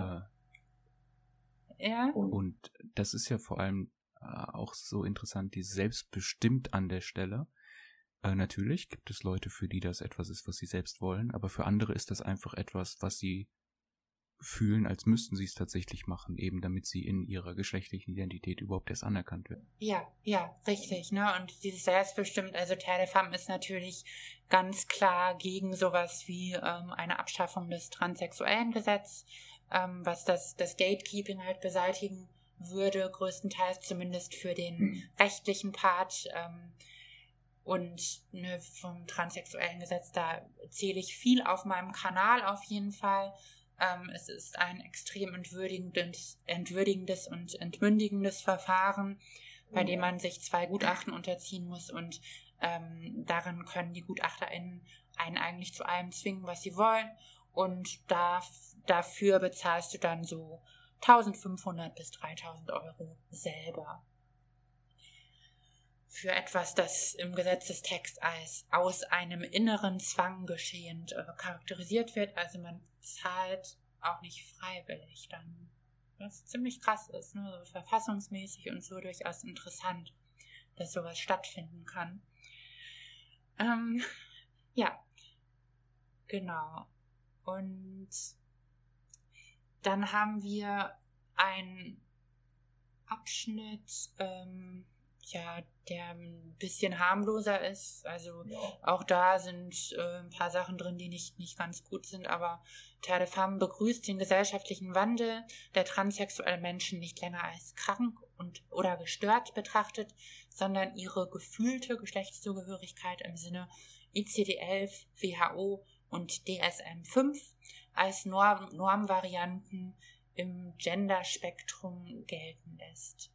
Und das ist ja vor allem auch so interessant, die selbstbestimmt an der Stelle. Natürlich gibt es Leute, für die das etwas ist, was sie selbst wollen, aber für andere ist das einfach etwas, was sie fühlen, als müssten sie es tatsächlich machen, eben damit sie in ihrer geschlechtlichen Identität überhaupt erst anerkannt werden. Ja, richtig, ne? Und dieses selbstbestimmt, also Terre des Femmes ist natürlich ganz klar gegen sowas wie eine Abschaffung des transsexuellen Gesetzes, was das Gatekeeping halt beseitigen würde, größtenteils zumindest für den rechtlichen Part. Und vom transsexuellen Gesetz, da zähle ich viel auf meinem Kanal auf jeden Fall. Es ist ein extrem entwürdigendes und entmündigendes Verfahren, bei dem man sich 2 Gutachten unterziehen muss und darin können die GutachterInnen einen eigentlich zu allem zwingen, was sie wollen und dafür bezahlst du dann so 1.500 bis 3.000 Euro selber. Für etwas, das im Gesetzestext als aus einem inneren Zwang geschehend charakterisiert wird. Also man zahlt auch nicht freiwillig dann. Was ziemlich krass ist, ne? So verfassungsmäßig und so durchaus interessant, dass sowas stattfinden kann. Ja, genau. Und dann haben wir einen Abschnitt, der ein bisschen harmloser ist. Also auch da sind ein paar Sachen drin, die nicht ganz gut sind, aber Terre de Femme begrüßt den gesellschaftlichen Wandel, der transsexuelle Menschen nicht länger als krank oder gestört betrachtet, sondern ihre gefühlte Geschlechtszugehörigkeit im Sinne ICD-11, WHO und DSM-5 als Normvarianten im Genderspektrum gelten lässt.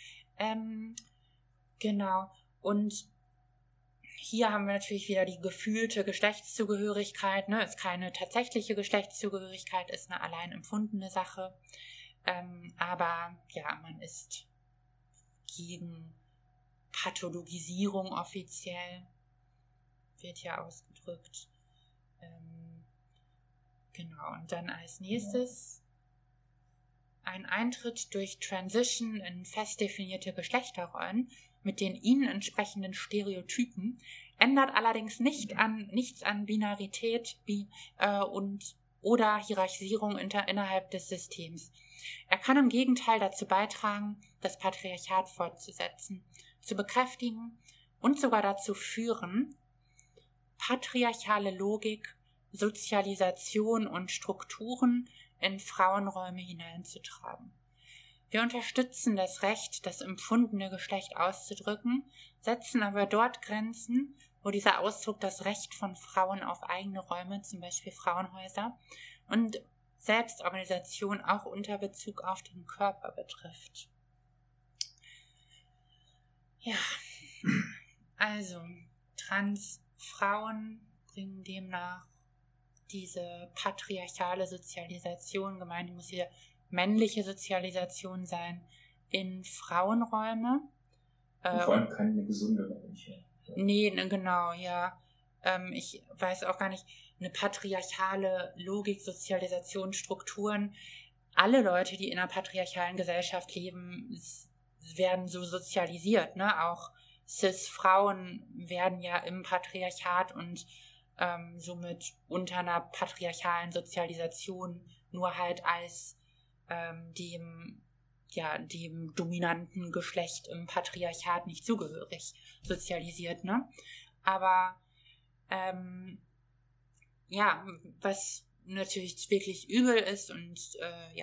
Genau. Und hier haben wir natürlich wieder die gefühlte Geschlechtszugehörigkeit, ne? Ist keine tatsächliche Geschlechtszugehörigkeit, ist eine allein empfundene Sache. Aber ja, man ist gegen Pathologisierung offiziell, wird ja ausgedrückt. Genau, und dann als nächstes ein Eintritt durch Transition in fest definierte Geschlechterrollen mit den ihnen entsprechenden Stereotypen ändert allerdings nichts an Binarität oder Hierarchisierung innerhalb des Systems. Er kann im Gegenteil dazu beitragen, das Patriarchat fortzusetzen, zu bekräftigen und sogar dazu führen, patriarchale Logik, Sozialisation und Strukturen in Frauenräume hineinzutragen. Wir unterstützen das Recht, das empfundene Geschlecht auszudrücken, setzen aber dort Grenzen, wo dieser Ausdruck das Recht von Frauen auf eigene Räume, zum Beispiel Frauenhäuser, und Selbstorganisation auch unter Bezug auf den Körper betrifft. Ja, also Transfrauen bringen demnach diese patriarchale Sozialisation, gemeint muss hier männliche Sozialisation sein, in Frauenräume. Und vor allem keine gesunde männliche. Nee, genau, ja. Ich weiß auch gar nicht, eine patriarchale Logik, Sozialisation, Strukturen. Alle Leute, die in einer patriarchalen Gesellschaft leben, werden so sozialisiert, ne? Auch Cis-Frauen werden ja im Patriarchat und somit unter einer patriarchalen Sozialisation nur halt als dem dominanten Geschlecht im Patriarchat nicht zugehörig sozialisiert, ne? Aber was natürlich wirklich übel ist und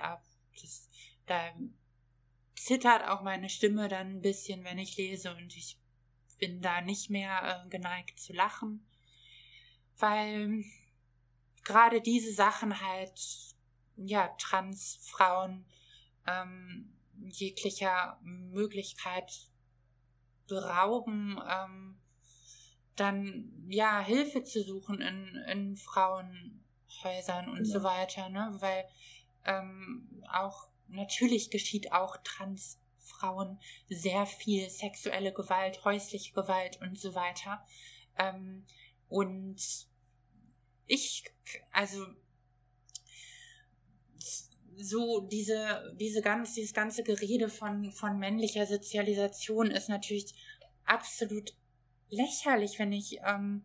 da zittert auch meine Stimme dann ein bisschen, wenn ich lese, und ich bin da nicht mehr geneigt zu lachen, weil gerade diese Sachen halt, Transfrauen jeglicher Möglichkeit berauben, dann, Hilfe zu suchen in Frauenhäusern und so weiter, ne, weil auch, natürlich geschieht auch Transfrauen sehr viel sexuelle Gewalt, häusliche Gewalt und so weiter, und so dieses ganze Gerede von männlicher Sozialisation ist natürlich absolut lächerlich, wenn ich,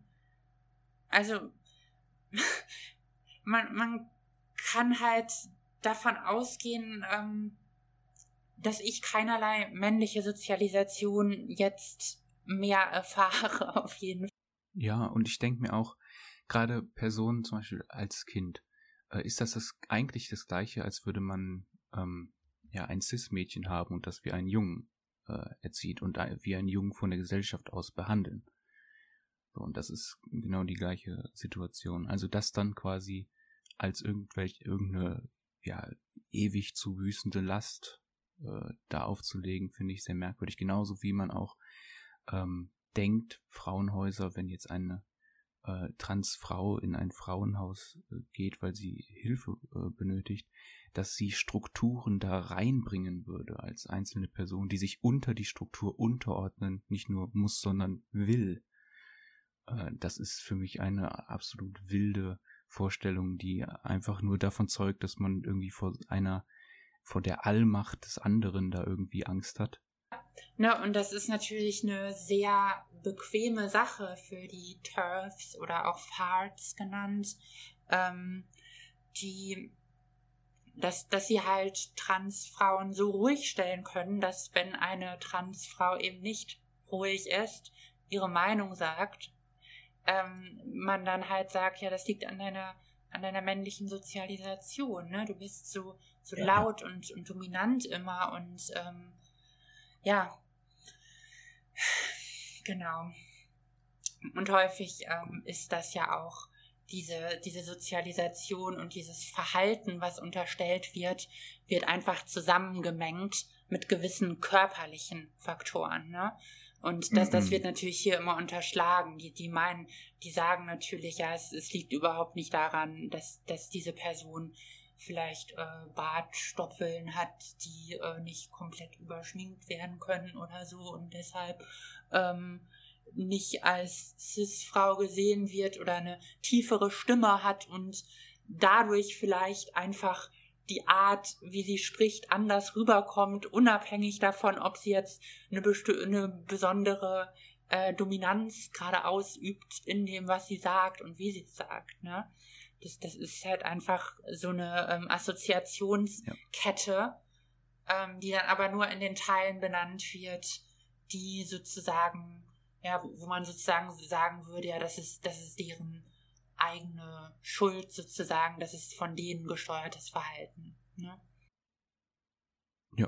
man kann halt davon ausgehen, dass ich keinerlei männliche Sozialisation jetzt mehr erfahre, auf jeden Fall. Ja, und ich denke mir auch, gerade Personen zum Beispiel als Kind, ist das eigentlich das Gleiche, als würde man ein Cis-Mädchen haben und das wie einen Jungen erzieht und wie einen Jungen von der Gesellschaft aus behandeln. So, und das ist genau die gleiche Situation. Also das dann quasi als irgendeine ewig zu büßende Last da aufzulegen, finde ich sehr merkwürdig. Genauso wie man auch denkt, Frauenhäuser, wenn jetzt eine Transfrau in ein Frauenhaus geht, weil sie Hilfe benötigt, dass sie Strukturen da reinbringen würde als einzelne Person, die sich unter die Struktur unterordnen, nicht nur muss, sondern will. Das ist für mich eine absolut wilde Vorstellung, die einfach nur davon zeugt, dass man irgendwie vor der Allmacht des anderen da irgendwie Angst hat. Ne, und das ist natürlich eine sehr bequeme Sache für die TERFs oder auch FARTs genannt, die dass sie halt Transfrauen so ruhig stellen können, dass wenn eine Transfrau eben nicht ruhig ist, ihre Meinung sagt, man dann halt sagt, ja, das liegt an deiner männlichen Sozialisation, ne? Du bist so laut und dominant immer und ja, genau. Und häufig ist das ja auch diese Sozialisation und dieses Verhalten, was unterstellt wird einfach zusammengemengt mit gewissen körperlichen Faktoren, ne? Und das wird natürlich hier immer unterschlagen. Die sagen natürlich, ja, es liegt überhaupt nicht daran, dass diese Person vielleicht Bartstoppeln hat, die nicht komplett überschminkt werden können oder so und deshalb nicht als Cis-Frau gesehen wird oder eine tiefere Stimme hat und dadurch vielleicht einfach die Art, wie sie spricht, anders rüberkommt, unabhängig davon, ob sie jetzt eine besondere Dominanz gerade ausübt in dem, was sie sagt und wie sie es sagt, ne? Das ist halt einfach so eine Assoziationskette, die dann aber nur in den Teilen benannt wird, die sozusagen, ja, wo man sozusagen sagen würde, ja, das ist deren eigene Schuld sozusagen, das ist von denen gesteuertes Verhalten. Ne? Ja.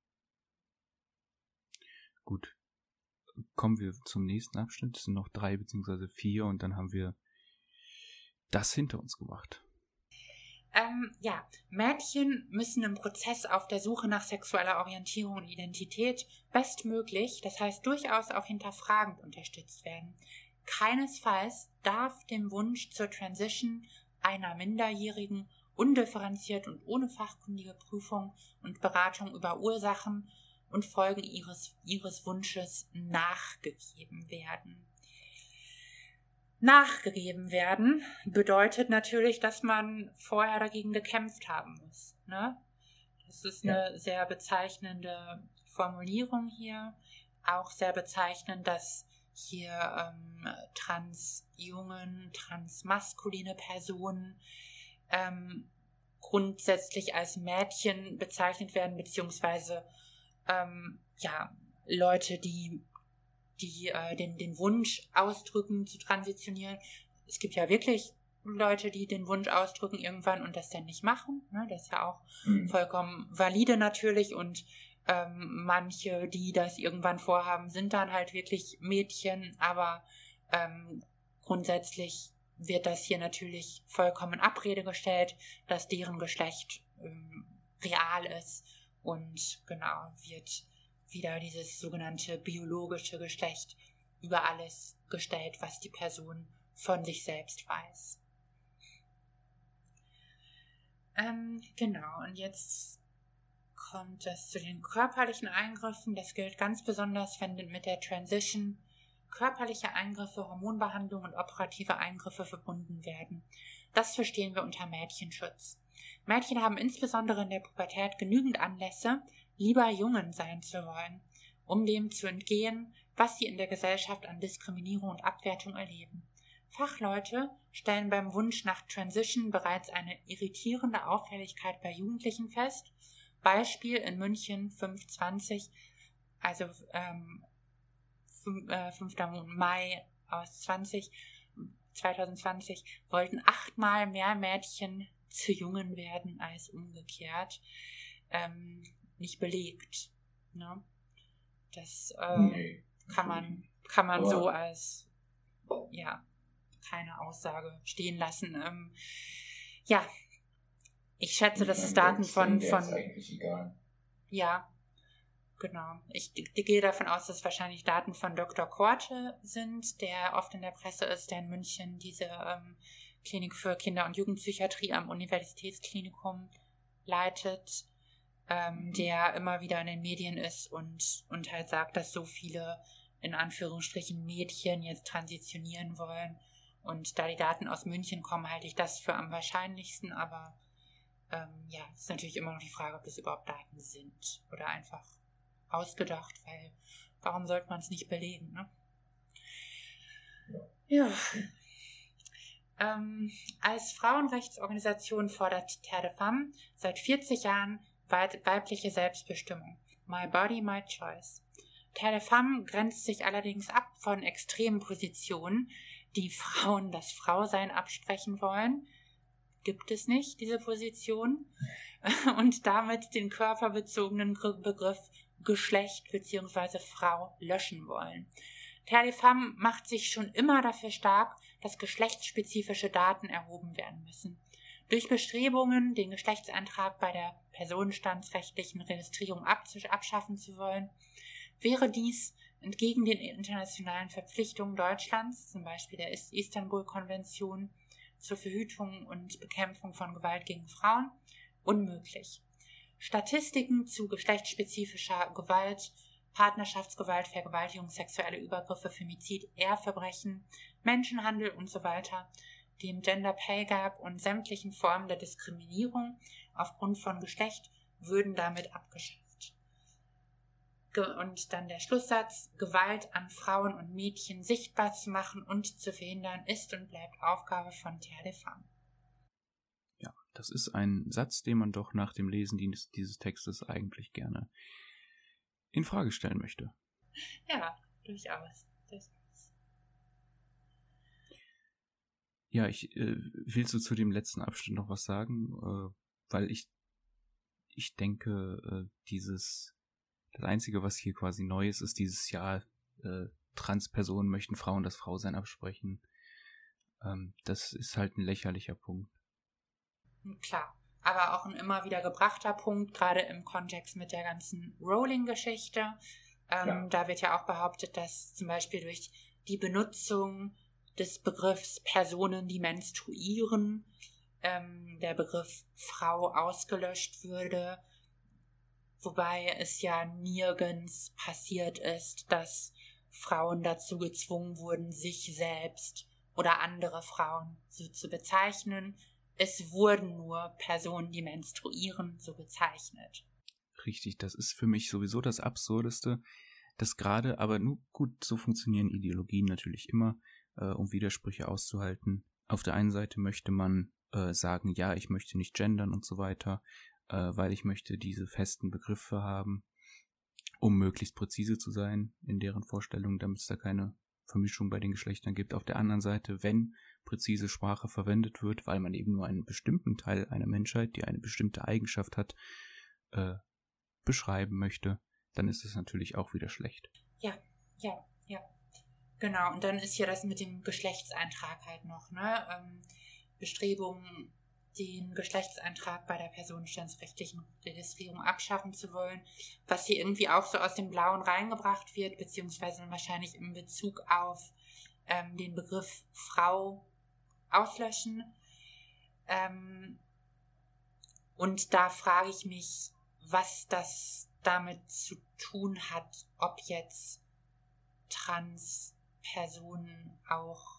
Gut. Kommen wir zum nächsten Abschnitt. Es sind noch 3 bzw. 4 und dann haben wir das hinter uns gebracht. Ja, Mädchen müssen im Prozess auf der Suche nach sexueller Orientierung und Identität bestmöglich, das heißt durchaus auch hinterfragend unterstützt werden. Keinesfalls darf dem Wunsch zur Transition einer Minderjährigen undifferenziert und ohne fachkundige Prüfung und Beratung über Ursachen und Folgen ihres Wunsches nachgegeben werden. Nachgegeben werden bedeutet natürlich, dass man vorher dagegen gekämpft haben muss. Ne? Das ist eine sehr bezeichnende Formulierung hier. Auch sehr bezeichnend, dass hier transmaskuline Personen grundsätzlich als Mädchen bezeichnet werden, beziehungsweise Leute, die den Wunsch ausdrücken, zu transitionieren. Es gibt ja wirklich Leute, die den Wunsch ausdrücken irgendwann und das dann nicht machen. Ne? Das ist ja auch vollkommen valide natürlich und manche, die das irgendwann vorhaben, sind dann halt wirklich Mädchen, aber grundsätzlich wird das hier natürlich vollkommen in Abrede gestellt, dass deren Geschlecht real ist und genau wird wieder dieses sogenannte biologische Geschlecht über alles gestellt, was die Person von sich selbst weiß. Genau, und jetzt kommt es zu den körperlichen Eingriffen. Das gilt ganz besonders, wenn mit der Transition körperliche Eingriffe, Hormonbehandlung und operative Eingriffe verbunden werden. Das verstehen wir unter Mädchenschutz. Mädchen haben insbesondere in der Pubertät genügend Anlässe, lieber Jungen sein zu wollen, um dem zu entgehen, was sie in der Gesellschaft an Diskriminierung und Abwertung erleben. Fachleute stellen beim Wunsch nach Transition bereits eine irritierende Auffälligkeit bei Jugendlichen fest. Beispiel in München 520, also 5. Mai aus 2020, wollten 8-mal mehr Mädchen zu Jungen werden als umgekehrt. Nicht belegt. Ne? Das kann man so als keine Aussage stehen lassen. Ich schätze, dass es Daten von ist eigentlich egal. Ja, genau. Ich gehe davon aus, dass es wahrscheinlich Daten von Dr. Korte sind, der oft in der Presse ist, der in München diese Klinik für Kinder- und Jugendpsychiatrie am Universitätsklinikum leitet, der immer wieder in den Medien ist und halt sagt, dass so viele in Anführungsstrichen Mädchen jetzt transitionieren wollen. Und da die Daten aus München kommen, halte ich das für am wahrscheinlichsten, aber ist natürlich immer noch die Frage, ob das überhaupt Daten sind oder einfach ausgedacht, weil warum sollte man es nicht belegen, ne? Ja. Als Frauenrechtsorganisation fordert Terre de Femme seit 40 Jahren weibliche Selbstbestimmung. My Body, My Choice. Terre de Femme grenzt sich allerdings ab von extremen Positionen, die Frauen das Frausein absprechen wollen. Gibt es nicht, diese Position? Und damit den körperbezogenen Begriff Geschlecht bzw. Frau löschen wollen. Terre de Femme macht sich schon immer dafür stark, dass geschlechtsspezifische Daten erhoben werden müssen. Durch Bestrebungen, den Geschlechtseintrag bei der personenstandsrechtlichen Registrierung abschaffen zu wollen, wäre dies entgegen den internationalen Verpflichtungen Deutschlands, zum Beispiel der Istanbul-Konvention zur Verhütung und Bekämpfung von Gewalt gegen Frauen, unmöglich. Statistiken zu geschlechtsspezifischer Gewalt, Partnerschaftsgewalt, Vergewaltigung, sexuelle Übergriffe, Femizid, Eheverbrechen, Menschenhandel und so weiter, dem Gender Pay Gap und sämtlichen Formen der Diskriminierung aufgrund von Geschlecht würden damit abgeschafft. Und dann der Schlusssatz: Gewalt an Frauen und Mädchen sichtbar zu machen und zu verhindern, ist und bleibt Aufgabe von Terre de Femme. Ja, das ist ein Satz, den man doch nach dem Lesen dieses Textes eigentlich gerne in Frage stellen möchte. Ja, durchaus. Ja, willst du zu dem letzten Abschnitt noch was sagen? Weil ich denke, das Einzige, was hier quasi neu ist, ist dieses Jahr, Transpersonen möchten Frauen das Frausein absprechen. Das ist halt ein lächerlicher Punkt. Klar, aber auch ein immer wieder gebrachter Punkt, gerade im Kontext mit der ganzen Rowling-Geschichte. Da wird ja auch behauptet, dass zum Beispiel durch die Benutzung des Begriffs Personen, die menstruieren, der Begriff Frau ausgelöscht würde, wobei es ja nirgends passiert ist, dass Frauen dazu gezwungen wurden, sich selbst oder andere Frauen so zu bezeichnen. Es wurden nur Personen, die menstruieren, so bezeichnet. Richtig, das ist für mich sowieso das Absurdeste, dass gerade, aber nur gut, so funktionieren Ideologien natürlich immer, um Widersprüche auszuhalten. Auf der einen Seite möchte man sagen, ja, ich möchte nicht gendern und so weiter, weil ich möchte diese festen Begriffe haben, um möglichst präzise zu sein in deren Vorstellung, damit es da keine Vermischung bei den Geschlechtern gibt. Auf der anderen Seite, wenn präzise Sprache verwendet wird, weil man eben nur einen bestimmten Teil einer Menschheit, die eine bestimmte Eigenschaft hat, beschreiben möchte, dann ist es natürlich auch wieder schlecht. Ja. Genau, und dann ist ja das mit dem Geschlechtseintrag halt noch, ne? Bestrebungen, den Geschlechtseintrag bei der personenstandsrechtlichen Registrierung abschaffen zu wollen, was hier irgendwie auch so aus dem Blauen reingebracht wird, beziehungsweise wahrscheinlich in Bezug auf den Begriff Frau auslöschen. Und da frage ich mich, was das damit zu tun hat, ob jetzt Trans-Personen auch,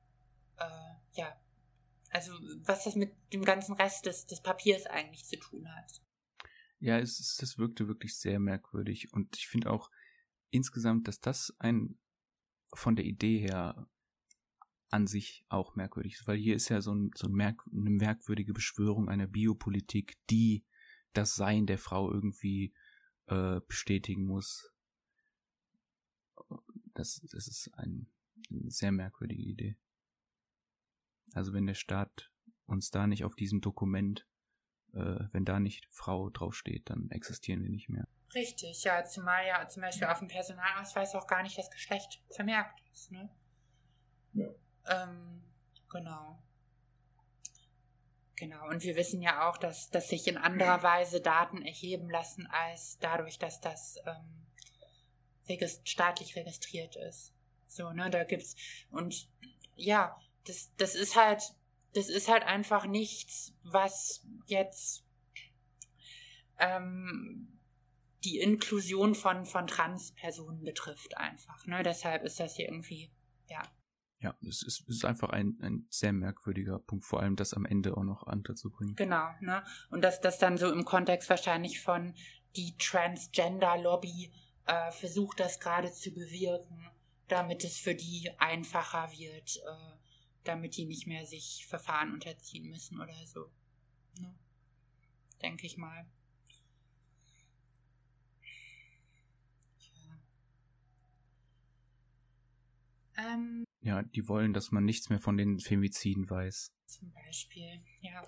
also was das mit dem ganzen Rest des Papiers eigentlich zu tun hat. Ja, das wirkte wirklich sehr merkwürdig und ich finde auch insgesamt, dass das von der Idee her an sich auch merkwürdig ist, weil hier ist ja eine merkwürdige Beschwörung einer Biopolitik, die das Sein der Frau irgendwie bestätigen muss. Das ist eine sehr merkwürdige Idee. Also wenn der Staat uns da nicht auf diesem Dokument, wenn da nicht Frau draufsteht, dann existieren wir nicht mehr. Richtig, ja, zumal ja zum Beispiel auf dem Personalausweis auch gar nicht das Geschlecht vermerkt ist, ne? Ja. Genau. Und wir wissen ja auch, dass sich in anderer Weise Daten erheben lassen, als dadurch, dass das staatlich registriert ist. So, ne, da gibt's, und ja, das ist halt einfach nichts, was jetzt die Inklusion von Transpersonen betrifft einfach, ne, deshalb ist das hier irgendwie, ja. Ja, es ist einfach ein sehr merkwürdiger Punkt, vor allem das am Ende auch noch unterzubringen. Genau, ne, und das dann so im Kontext wahrscheinlich von die Transgender-Lobby versucht das gerade zu bewirken, damit es für die einfacher wird, damit die nicht mehr sich Verfahren unterziehen müssen oder so. Ne? Denke ich mal. Ja, die wollen, dass man nichts mehr von den Femiziden weiß. Zum Beispiel, ja.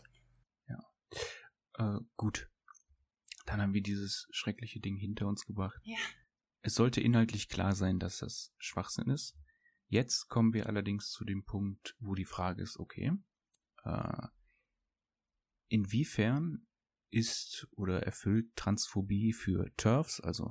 Ja. Gut. Dann haben wir dieses schreckliche Ding hinter uns gebracht. Ja. Es sollte inhaltlich klar sein, dass das Schwachsinn ist. Jetzt kommen wir allerdings zu dem Punkt, wo die Frage ist, okay, inwiefern ist oder erfüllt Transphobie für TERFs, also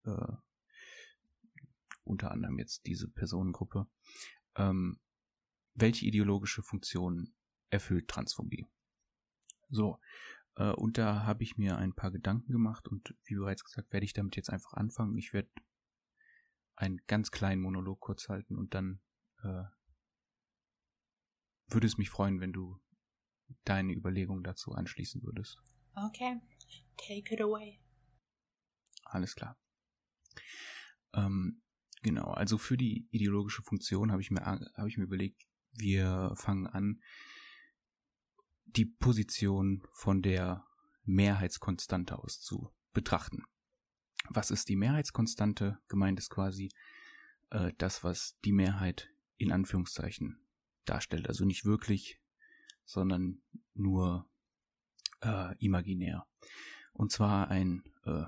unter anderem jetzt diese Personengruppe, welche ideologische Funktion erfüllt Transphobie? So, und da habe ich mir ein paar Gedanken gemacht und wie bereits gesagt, werde ich damit jetzt einfach anfangen. Ich werde einen ganz kleinen Monolog kurz halten und dann würde es mich freuen, wenn du deine Überlegungen dazu anschließen würdest. Okay, take it away. Alles klar. Genau, also für die ideologische Funktion habe ich mir überlegt, wir fangen an, die Position von der Mehrheitskonstante aus zu betrachten. Was ist die Mehrheitskonstante? Gemeint ist quasi das, was die Mehrheit in Anführungszeichen darstellt. Also nicht wirklich, sondern nur imaginär. Und zwar ein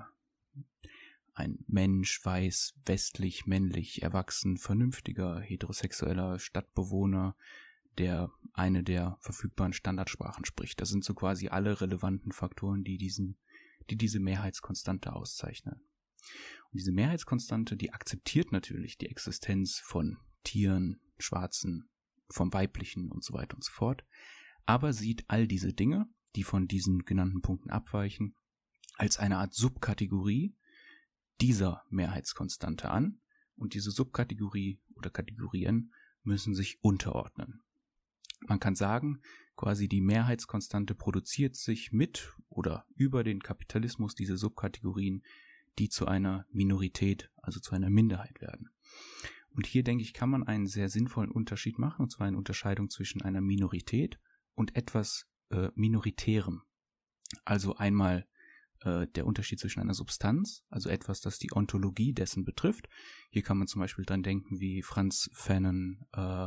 Mensch, weiß, westlich, männlich, erwachsen, vernünftiger, heterosexueller Stadtbewohner, der eine der verfügbaren Standardsprachen spricht. Das sind so quasi alle relevanten Faktoren, die diese Mehrheitskonstante auszeichnen. Und diese Mehrheitskonstante, die akzeptiert natürlich die Existenz von Tieren, Schwarzen, vom Weiblichen und so weiter und so fort, aber sieht all diese Dinge, die von diesen genannten Punkten abweichen, als eine Art Subkategorie dieser Mehrheitskonstante an, und diese Subkategorie oder Kategorien müssen sich unterordnen. Man kann sagen, quasi die Mehrheitskonstante produziert sich mit oder über den Kapitalismus diese Subkategorien, die zu einer Minorität, also zu einer Minderheit werden. Und hier, denke ich, kann man einen sehr sinnvollen Unterschied machen, und zwar eine Unterscheidung zwischen einer Minorität und etwas Minoritärem. Also einmal der Unterschied zwischen einer Substanz, also etwas, das die Ontologie dessen betrifft. Hier kann man zum Beispiel dran denken, wie Frantz Fanon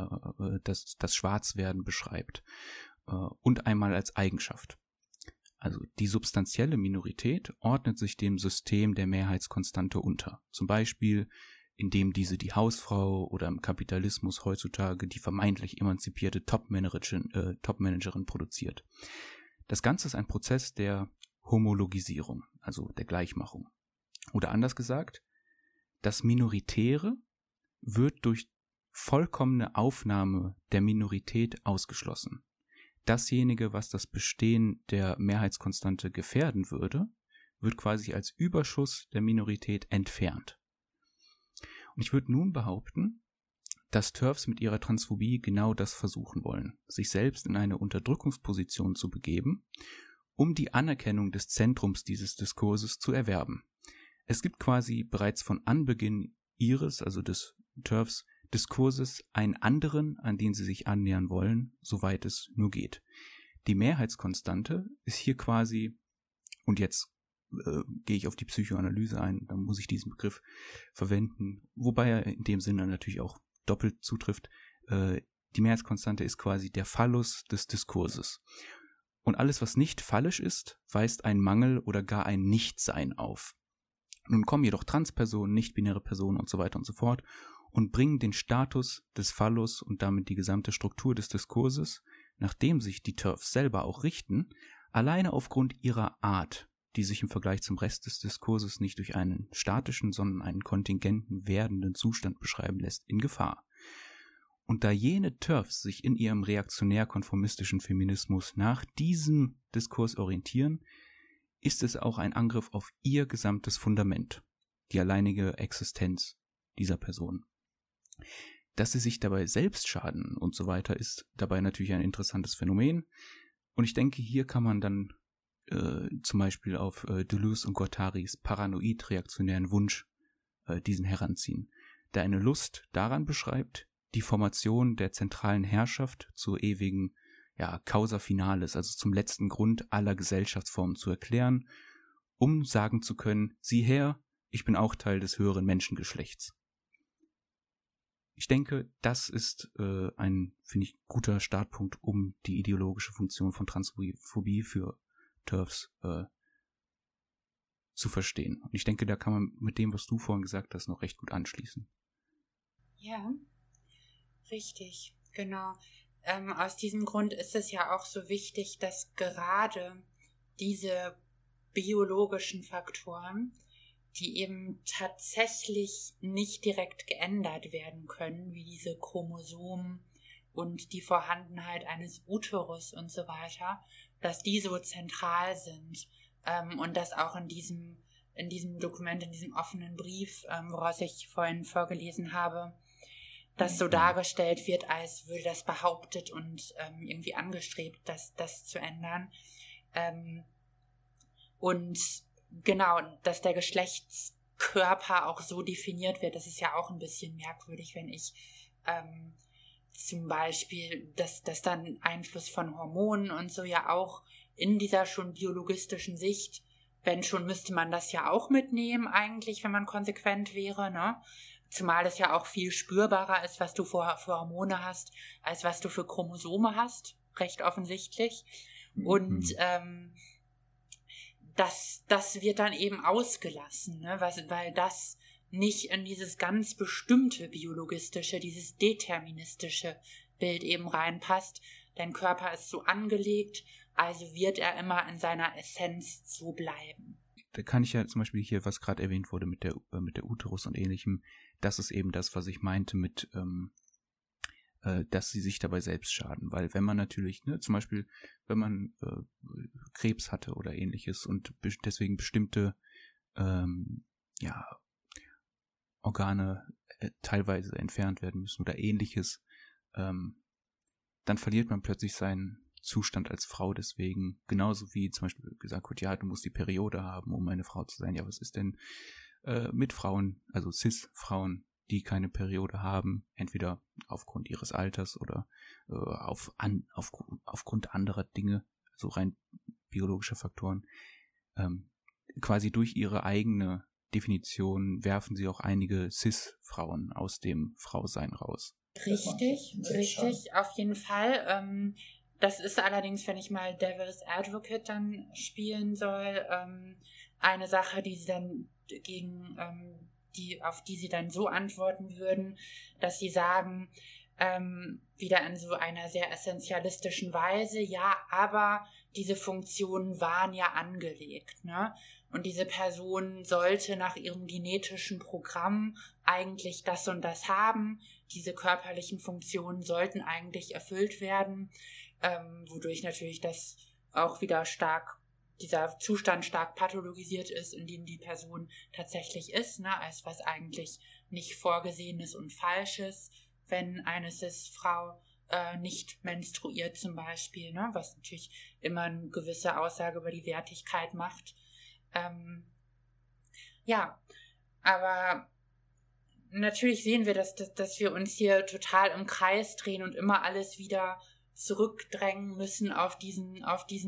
das Schwarzwerden beschreibt. Und einmal als Eigenschaft. Also die substanzielle Minorität ordnet sich dem System der Mehrheitskonstante unter. Zum Beispiel, indem diese die Hausfrau oder im Kapitalismus heutzutage die vermeintlich emanzipierte Topmanagerin produziert. Das Ganze ist ein Prozess der Homologisierung, also der Gleichmachung. Oder anders gesagt, das Minoritäre wird durch vollkommene Aufnahme der Minorität ausgeschlossen. Dasjenige, was das Bestehen der Mehrheitskonstante gefährden würde, wird quasi als Überschuss der Minorität entfernt. Und ich würde nun behaupten, dass TERFs mit ihrer Transphobie genau das versuchen wollen, sich selbst in eine Unterdrückungsposition zu begeben, um die Anerkennung des Zentrums dieses Diskurses zu erwerben. Es gibt quasi bereits von Anbeginn ihres, also des TERFs, Diskurses einen anderen, an den sie sich annähern wollen, soweit es nur geht. Die Mehrheitskonstante ist hier quasi, und jetzt gehe ich auf die Psychoanalyse ein, dann muss ich diesen Begriff verwenden, wobei er in dem Sinne natürlich auch doppelt zutrifft. Die Mehrheitskonstante ist quasi der Phallus des Diskurses. Und alles, was nicht phallisch ist, weist einen Mangel oder gar ein Nichtsein auf. Nun kommen jedoch Transpersonen, nicht-binäre Personen und so weiter und so fort und bringen den Status des Phallus und damit die gesamte Struktur des Diskurses, nach dem sich die TERFs selber auch richten, alleine aufgrund ihrer Art, die sich im Vergleich zum Rest des Diskurses nicht durch einen statischen, sondern einen kontingenten werdenden Zustand beschreiben lässt, in Gefahr. Und da jene TERFs sich in ihrem reaktionär-konformistischen Feminismus nach diesem Diskurs orientieren, ist es auch ein Angriff auf ihr gesamtes Fundament, die alleinige Existenz dieser Person. Dass sie sich dabei selbst schaden und so weiter, ist dabei natürlich ein interessantes Phänomen. Und ich denke, hier kann man dann zum Beispiel auf Deleuze und Guattaris paranoid-reaktionären Wunsch diesen heranziehen, der eine Lust daran beschreibt, die Formation der zentralen Herrschaft zur ewigen Causa Finalis, also zum letzten Grund aller Gesellschaftsformen zu erklären, um sagen zu können, sieh her, ich bin auch Teil des höheren Menschengeschlechts. Ich denke, das ist ein, finde ich, guter Startpunkt, um die ideologische Funktion von Transphobie für TERFs zu verstehen. Und ich denke, da kann man mit dem, was du vorhin gesagt hast, noch recht gut anschließen. Ja, richtig, genau. Aus diesem Grund ist es ja auch so wichtig, dass gerade diese biologischen Faktoren, die eben tatsächlich nicht direkt geändert werden können, wie diese Chromosomen und die Vorhandenheit eines Uterus und so weiter, dass die so zentral sind und dass auch in diesem Dokument, in diesem offenen Brief, woraus ich vorhin vorgelesen habe, das so dargestellt wird, als würde das behauptet und irgendwie angestrebt, das zu ändern. Und genau, dass der Geschlechtskörper auch so definiert wird, das ist ja auch ein bisschen merkwürdig, wenn ich zum Beispiel, dass dann Einfluss von Hormonen und so ja auch in dieser schon biologistischen Sicht, wenn schon, müsste man das ja auch mitnehmen eigentlich, wenn man konsequent wäre, ne? Zumal es ja auch viel spürbarer ist, was du für Hormone hast, als was du für Chromosome hast, recht offensichtlich. Und das wird dann eben ausgelassen, ne? Weil das nicht in dieses ganz bestimmte biologistische, dieses deterministische Bild eben reinpasst. Dein Körper ist so angelegt, also wird er immer in seiner Essenz so bleiben. Da kann ich ja zum Beispiel hier, was gerade erwähnt wurde mit der Uterus und Ähnlichem, das ist eben das, was ich meinte mit, dass sie sich dabei selbst schaden. Weil wenn man natürlich, ne, zum Beispiel, wenn man Krebs hatte oder Ähnliches und deswegen bestimmte Organe teilweise entfernt werden müssen oder Ähnliches, dann verliert man plötzlich seinen Zustand als Frau deswegen, genauso wie zum Beispiel gesagt wird, ja, du musst die Periode haben, um eine Frau zu sein. Ja, was ist denn mit Frauen, also Cis-Frauen, die keine Periode haben, entweder aufgrund ihres Alters oder aufgrund anderer Dinge, so rein biologischer Faktoren, quasi durch ihre eigene Definition werfen sie auch einige Cis-Frauen aus dem Frausein raus. Richtig, auf jeden Fall. Das ist allerdings, wenn ich mal Devil's Advocate dann spielen soll, eine Sache, die sie dann auf die sie dann so antworten würden, dass sie sagen, wieder in so einer sehr essentialistischen Weise, ja, aber diese Funktionen waren ja angelegt, ne? Und diese Person sollte nach ihrem genetischen Programm eigentlich das und das haben. Diese körperlichen Funktionen sollten eigentlich erfüllt werden, wodurch natürlich das auch wieder dieser Zustand stark pathologisiert ist, in dem die Person tatsächlich ist, ne, als was eigentlich nicht Vorgesehenes und Falsches, wenn eine Cis-Frau nicht menstruiert zum Beispiel, ne, was natürlich immer eine gewisse Aussage über die Wertigkeit macht. Aber natürlich sehen wir, dass wir uns hier total im Kreis drehen und immer alles wieder zurückdrängen müssen auf diesen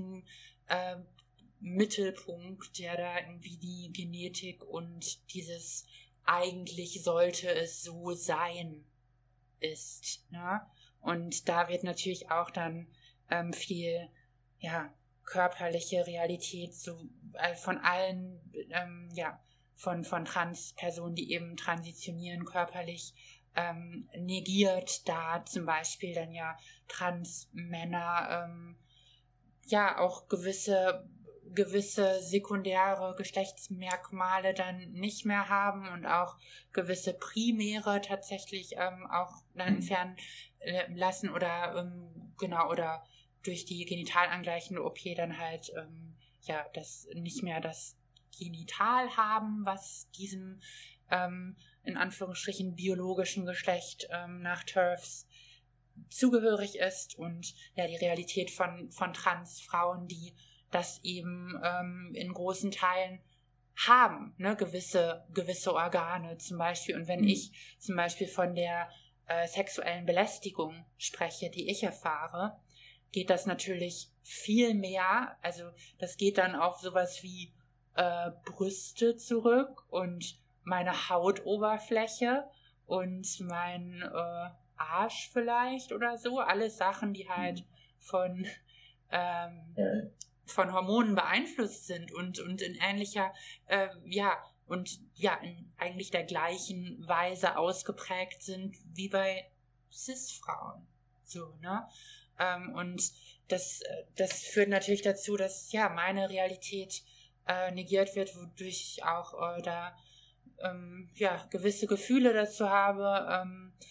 Mittelpunkt, der da irgendwie die Genetik und dieses eigentlich sollte es so sein ist, ne? Und da wird natürlich auch dann viel körperliche Realität so von allen von Transpersonen, die eben transitionieren körperlich, negiert, da zum Beispiel dann ja Transmänner auch gewisse sekundäre Geschlechtsmerkmale dann nicht mehr haben und auch gewisse primäre tatsächlich auch dann entfernen lassen oder oder durch die genitalangleichende OP dann halt das nicht mehr das Genital haben, was diesem in Anführungsstrichen biologischen Geschlecht nach TERFs zugehörig ist, und ja, die Realität von Transfrauen, die das eben in großen Teilen haben, ne, gewisse Organe zum Beispiel. Und wenn ich zum Beispiel von der sexuellen Belästigung spreche, die ich erfahre, geht das natürlich viel mehr, also das geht dann auf sowas wie Brüste zurück und meine Hautoberfläche und mein Arsch vielleicht oder so, alles Sachen, die halt von Hormonen beeinflusst sind und in ähnlicher, in eigentlich der gleichen Weise ausgeprägt sind wie bei Cis-Frauen. So, ne? Und das führt natürlich dazu, dass meine Realität negiert wird, wodurch ich auch gewisse Gefühle dazu habe.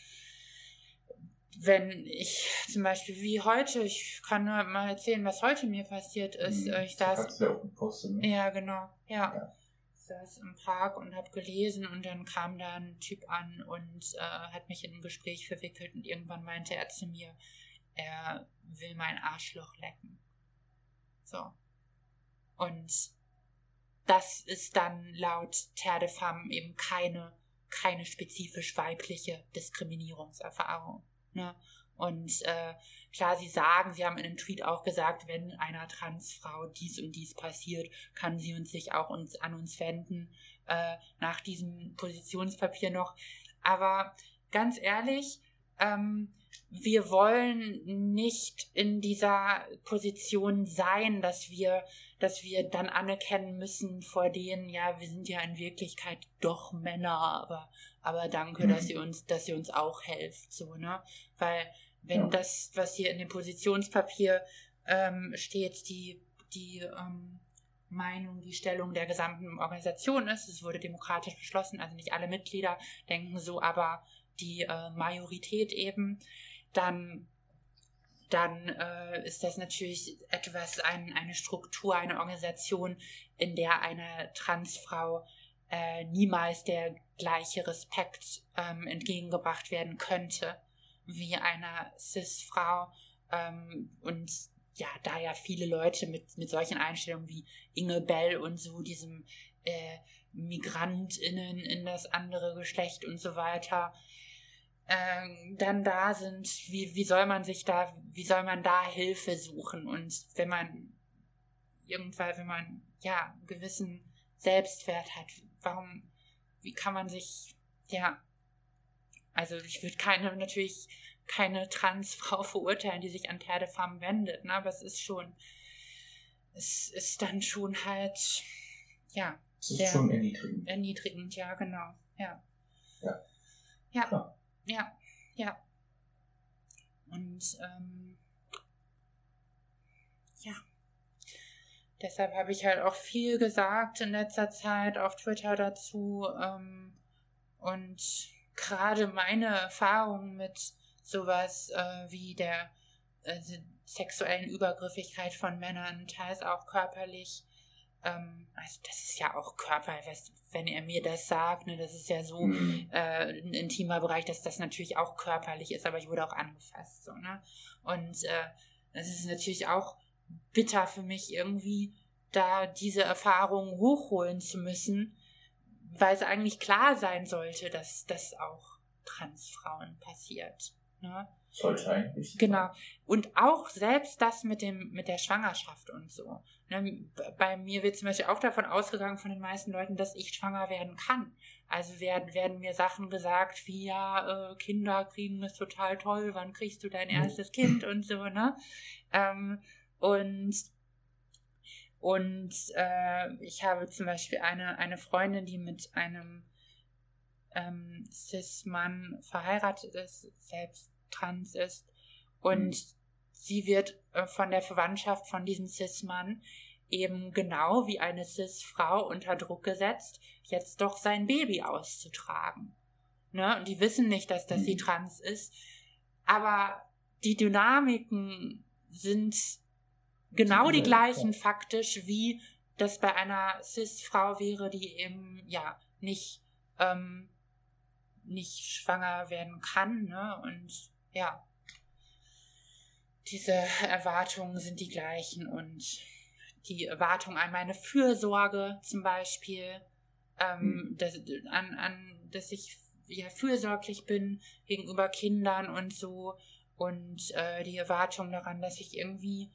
Wenn ich zum Beispiel wie heute, ich kann nur mal erzählen, was heute mir passiert ist. Ich saß. Ja, auch gepostet, ne? Ja, genau. Ja. Ich saß im Park und habe gelesen und dann kam da ein Typ an und hat mich in ein Gespräch verwickelt und irgendwann meinte er zu mir, er will mein Arschloch lecken. So. Und das ist dann laut Terre de Femme eben keine spezifisch weibliche Diskriminierungserfahrung. Ne? Und klar, sie haben in einem Tweet auch gesagt, wenn einer Transfrau dies und dies passiert, kann sie sich auch an uns wenden, nach diesem Positionspapier noch. Aber ganz ehrlich, wir wollen nicht in dieser Position sein, dass wir dann anerkennen müssen vor denen, ja, wir sind ja in Wirklichkeit doch Männer, aber danke, dass ihr uns auch helft, so, ne? Weil wenn das, was hier in dem Positionspapier steht, die Meinung, die Stellung der gesamten Organisation ist, es wurde demokratisch beschlossen, also nicht alle Mitglieder denken so, aber die Majorität eben, dann ist das natürlich etwas, eine Struktur, eine Organisation, in der einer Transfrau niemals der gleiche Respekt entgegengebracht werden könnte wie einer Cis-Frau. Und ja, da ja viele Leute mit solchen Einstellungen wie Inge Bell und so, diesem MigrantInnen in das andere Geschlecht und so weiter, dann da sind, wie soll man da Hilfe suchen? Und wenn man einen gewissen Selbstwert hat, wie kann man sich, also ich würde natürlich keine Transfrau verurteilen, die sich an Terre de Femme wendet, ne? Aber es ist dann schon halt, es ist schon erniedrigend. Erniedrigend, ja, genau, ja. Klar. Ja. Und deshalb habe ich halt auch viel gesagt in letzter Zeit auf Twitter dazu. Und gerade meine Erfahrungen mit sowas wie der sexuellen Übergriffigkeit von Männern, teils auch körperlich. Also das ist ja auch Körper, wenn er mir das sagt, ne, das ist ja so ein intimer Bereich, dass das natürlich auch körperlich ist, aber ich wurde auch angefasst, so, ne? Und das ist natürlich auch bitter für mich irgendwie, da diese Erfahrungen hochholen zu müssen, weil es eigentlich klar sein sollte, dass das auch Transfrauen passiert, ne? Sollte eigentlich. Genau. Und auch selbst das mit der Schwangerschaft und so. Ne? Bei mir wird zum Beispiel auch davon ausgegangen von den meisten Leuten, dass ich schwanger werden kann. Also werden mir Sachen gesagt wie, Kinder kriegen ist total toll, wann kriegst du dein erstes Kind und so, ne? Und ich habe zum Beispiel eine Freundin, die mit einem Cis-Mann verheiratet ist, selbst trans ist, und sie wird von der Verwandtschaft von diesem Cis-Mann eben genau wie eine Cis-Frau unter Druck gesetzt, jetzt doch sein Baby auszutragen. Ne? Und die wissen nicht, dass sie trans ist, aber die Dynamiken sind genau die gleichen faktisch, wie das bei einer Cis-Frau wäre, die eben nicht schwanger werden kann, ne? Und diese Erwartungen sind die gleichen, und die Erwartung an meine Fürsorge zum Beispiel, dass ich fürsorglich bin gegenüber Kindern und so und die Erwartung daran, dass ich irgendwie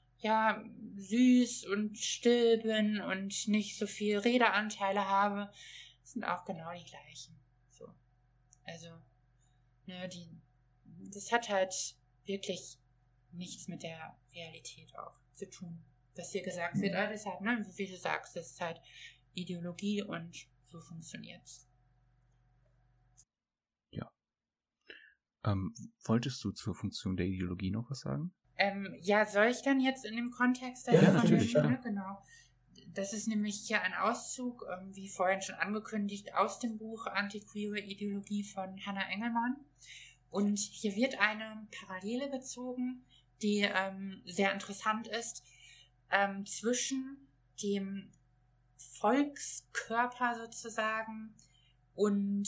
süß und still bin und nicht so viel Redeanteile habe, sind auch genau die gleichen. So. Also, das hat halt wirklich nichts mit der Realität auch zu tun, was hier gesagt wird. Aber deshalb, wie du sagst, das ist halt Ideologie und so funktioniert's. Ja. Wolltest du zur Funktion der Ideologie noch was sagen? Soll ich dann jetzt in dem Kontext? Ja, natürlich. Genau. Das ist nämlich hier ein Auszug, wie vorhin schon angekündigt, aus dem Buch Antiqueere Ideologie von Hannah Engelmann. Und hier wird eine Parallele gezogen, die sehr interessant ist, zwischen dem Volkskörper sozusagen und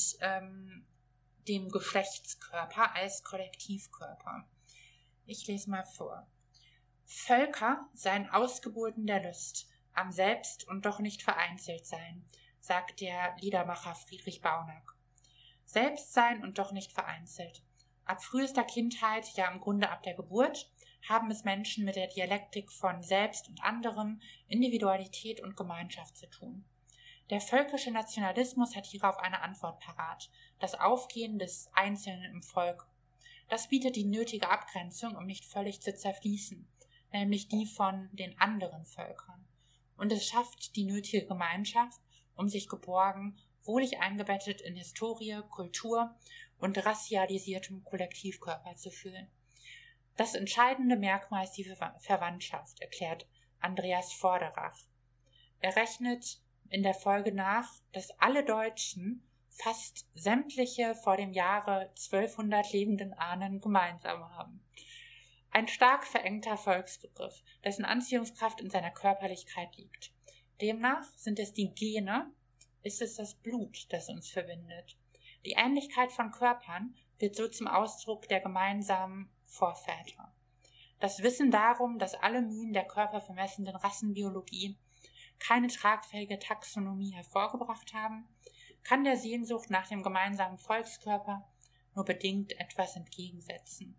dem Geschlechtskörper als Kollektivkörper. Ich lese mal vor. Völker seien Ausgeburten der Lust, am Selbst und doch nicht vereinzelt sein, sagt der Liedermacher Friedrich Baunack. Selbst sein und doch nicht vereinzelt. Ab frühester Kindheit, ja im Grunde ab der Geburt, haben es Menschen mit der Dialektik von Selbst und anderem, Individualität und Gemeinschaft zu tun. Der völkische Nationalismus hat hierauf eine Antwort parat, das Aufgehen des Einzelnen im Volk. Das bietet die nötige Abgrenzung, um nicht völlig zu zerfließen, nämlich die von den anderen Völkern. Und es schafft die nötige Gemeinschaft, um sich geborgen, wohlig eingebettet in Historie, Kultur und racialisiertem Kollektivkörper zu fühlen. Das entscheidende Merkmal ist die Verwandtschaft, erklärt Andreas Vorderach. Er rechnet in der Folge nach, dass alle Deutschen fast sämtliche vor dem Jahre 1200 lebenden Ahnen gemeinsam haben. Ein stark verengter Volksbegriff, dessen Anziehungskraft in seiner Körperlichkeit liegt. Demnach sind es die Gene, ist es das Blut, das uns verbindet. Die Ähnlichkeit von Körpern wird so zum Ausdruck der gemeinsamen Vorväter. Das Wissen darum, dass alle Mühen der körpervermessenden Rassenbiologie keine tragfähige Taxonomie hervorgebracht haben, kann der Sehnsucht nach dem gemeinsamen Volkskörper nur bedingt etwas entgegensetzen.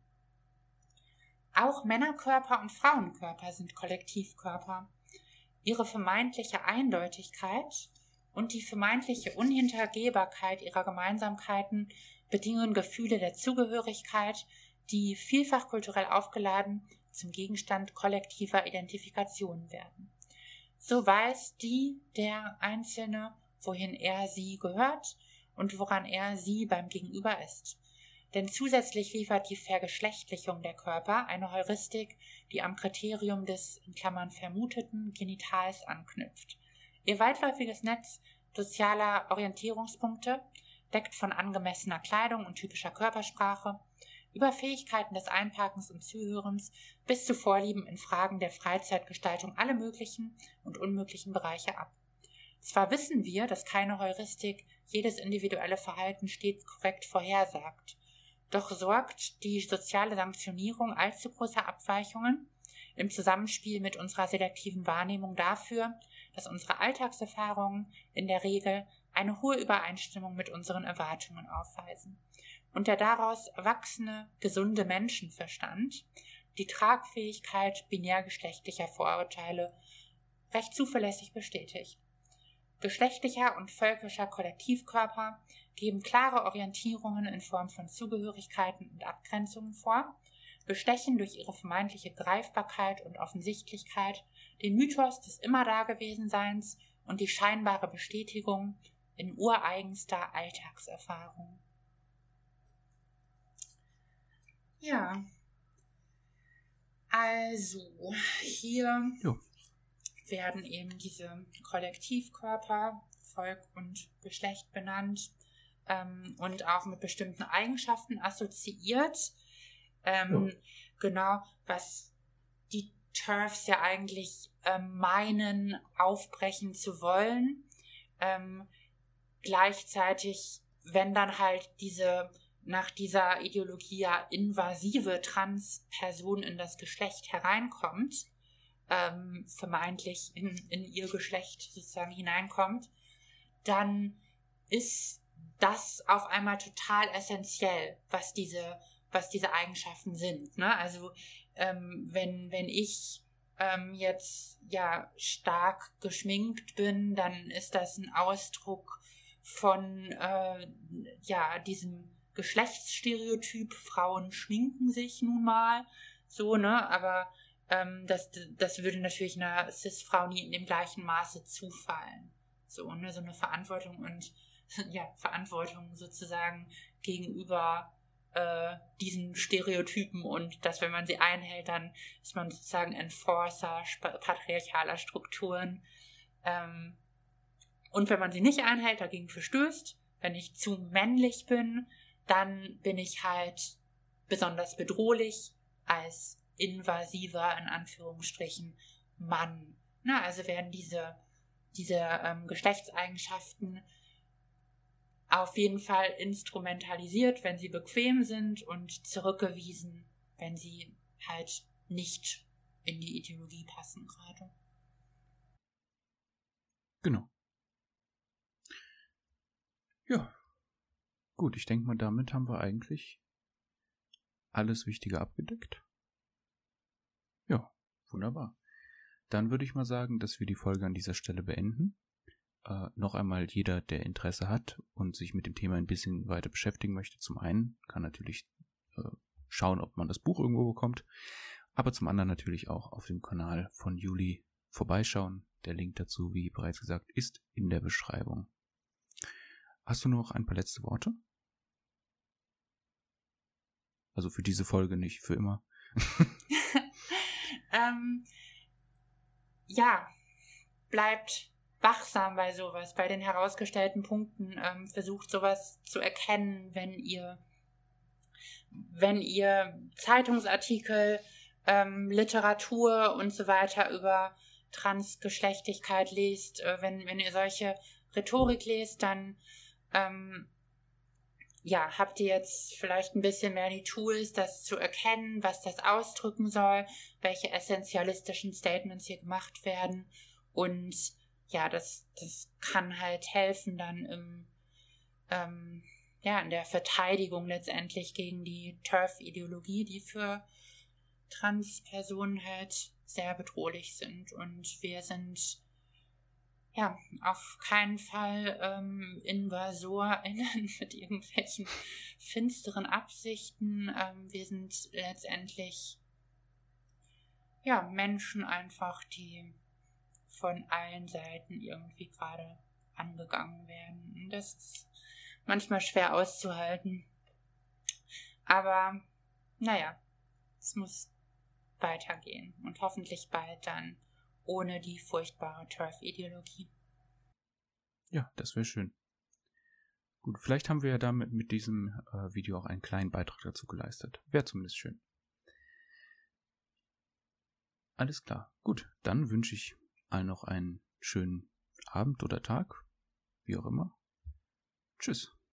Auch Männerkörper und Frauenkörper sind Kollektivkörper. Ihre vermeintliche Eindeutigkeit und die vermeintliche Unhintergehbarkeit ihrer Gemeinsamkeiten bedingen Gefühle der Zugehörigkeit, die vielfach kulturell aufgeladen zum Gegenstand kollektiver Identifikation werden. So weiß der Einzelne, wohin er sie gehört und woran er sie beim Gegenüber ist. Denn zusätzlich liefert die Vergeschlechtlichung der Körper eine Heuristik, die am Kriterium des in Klammern vermuteten Genitals anknüpft. Ihr weitläufiges Netz sozialer Orientierungspunkte deckt von angemessener Kleidung und typischer Körpersprache über Fähigkeiten des Einparkens und Zuhörens bis zu Vorlieben in Fragen der Freizeitgestaltung alle möglichen und unmöglichen Bereiche ab. Zwar wissen wir, dass keine Heuristik jedes individuelle Verhalten stets korrekt vorhersagt, doch sorgt die soziale Sanktionierung allzu großer Abweichungen im Zusammenspiel mit unserer selektiven Wahrnehmung dafür, dass unsere Alltagserfahrungen in der Regel eine hohe Übereinstimmung mit unseren Erwartungen aufweisen und der daraus erwachsene, gesunde Menschenverstand die Tragfähigkeit binärgeschlechtlicher Vorurteile recht zuverlässig bestätigt. Geschlechtlicher und völkischer Kollektivkörper geben klare Orientierungen in Form von Zugehörigkeiten und Abgrenzungen vor, bestechen durch ihre vermeintliche Greifbarkeit und Offensichtlichkeit den Mythos des Immer-Dagewesenseins und die scheinbare Bestätigung in ureigenster Alltagserfahrung. Ja, also hier werden eben diese Kollektivkörper, Volk und Geschlecht benannt und auch mit bestimmten Eigenschaften assoziiert. Genau, was die TERFs ja eigentlich meinen, aufbrechen zu wollen. Gleichzeitig, wenn dann halt nach dieser Ideologie ja invasive Transperson in das Geschlecht hereinkommt, vermeintlich in ihr Geschlecht sozusagen hineinkommt, dann ist das auf einmal total essentiell, was diese Eigenschaften sind. Ne? Also wenn ich jetzt ja stark geschminkt bin, dann ist das ein Ausdruck von diesem Geschlechtsstereotyp. Frauen schminken sich nun mal so, ne? Aber das würde natürlich einer Cis-Frau nie in dem gleichen Maße zufallen. So, ne? So eine Verantwortung und Verantwortung sozusagen gegenüber diesen Stereotypen und dass, wenn man sie einhält, dann ist man sozusagen Enforcer patriarchaler Strukturen. Und wenn man sie nicht einhält, dagegen verstößt, wenn ich zu männlich bin, dann bin ich halt besonders bedrohlich als invasiver, in Anführungsstrichen, Mann. Na, also werden diese Geschlechtseigenschaften auf jeden Fall instrumentalisiert, wenn sie bequem sind, und zurückgewiesen, wenn sie halt nicht in die Ideologie passen gerade. Genau. Ja, gut, ich denke mal, damit haben wir eigentlich alles Wichtige abgedeckt. Ja, wunderbar. Dann würde ich mal sagen, dass wir die Folge an dieser Stelle beenden. Noch einmal, jeder, der Interesse hat und sich mit dem Thema ein bisschen weiter beschäftigen möchte, zum einen kann natürlich schauen, ob man das Buch irgendwo bekommt, aber zum anderen natürlich auch auf dem Kanal von Juli vorbeischauen. Der Link dazu, wie bereits gesagt, ist in der Beschreibung. Hast du noch ein paar letzte Worte? Also für diese Folge nicht, für immer. Bleibt wachsam bei sowas, bei den herausgestellten Punkten, versucht sowas zu erkennen, wenn ihr Zeitungsartikel, Literatur und so weiter über Transgeschlechtlichkeit lest, wenn ihr solche Rhetorik lest, dann habt ihr jetzt vielleicht ein bisschen mehr die Tools, das zu erkennen, was das ausdrücken soll, welche essentialistischen Statements hier gemacht werden. Und ja, das kann halt helfen dann in der Verteidigung letztendlich gegen die TERF-Ideologie, die für Transpersonen halt sehr bedrohlich sind. Und wir sind auf keinen Fall InvasorInnen mit irgendwelchen finsteren Absichten. Wir sind letztendlich Menschen einfach, die von allen Seiten irgendwie gerade angegangen werden. Und das ist manchmal schwer auszuhalten. Aber es muss weitergehen und hoffentlich bald dann ohne die furchtbare TERF-Ideologie. Ja, das wäre schön. Gut, vielleicht haben wir ja damit mit diesem Video auch einen kleinen Beitrag dazu geleistet. Wäre zumindest schön. Alles klar. Gut, dann wünsche ich allen noch einen schönen Abend oder Tag. Wie auch immer. Tschüss.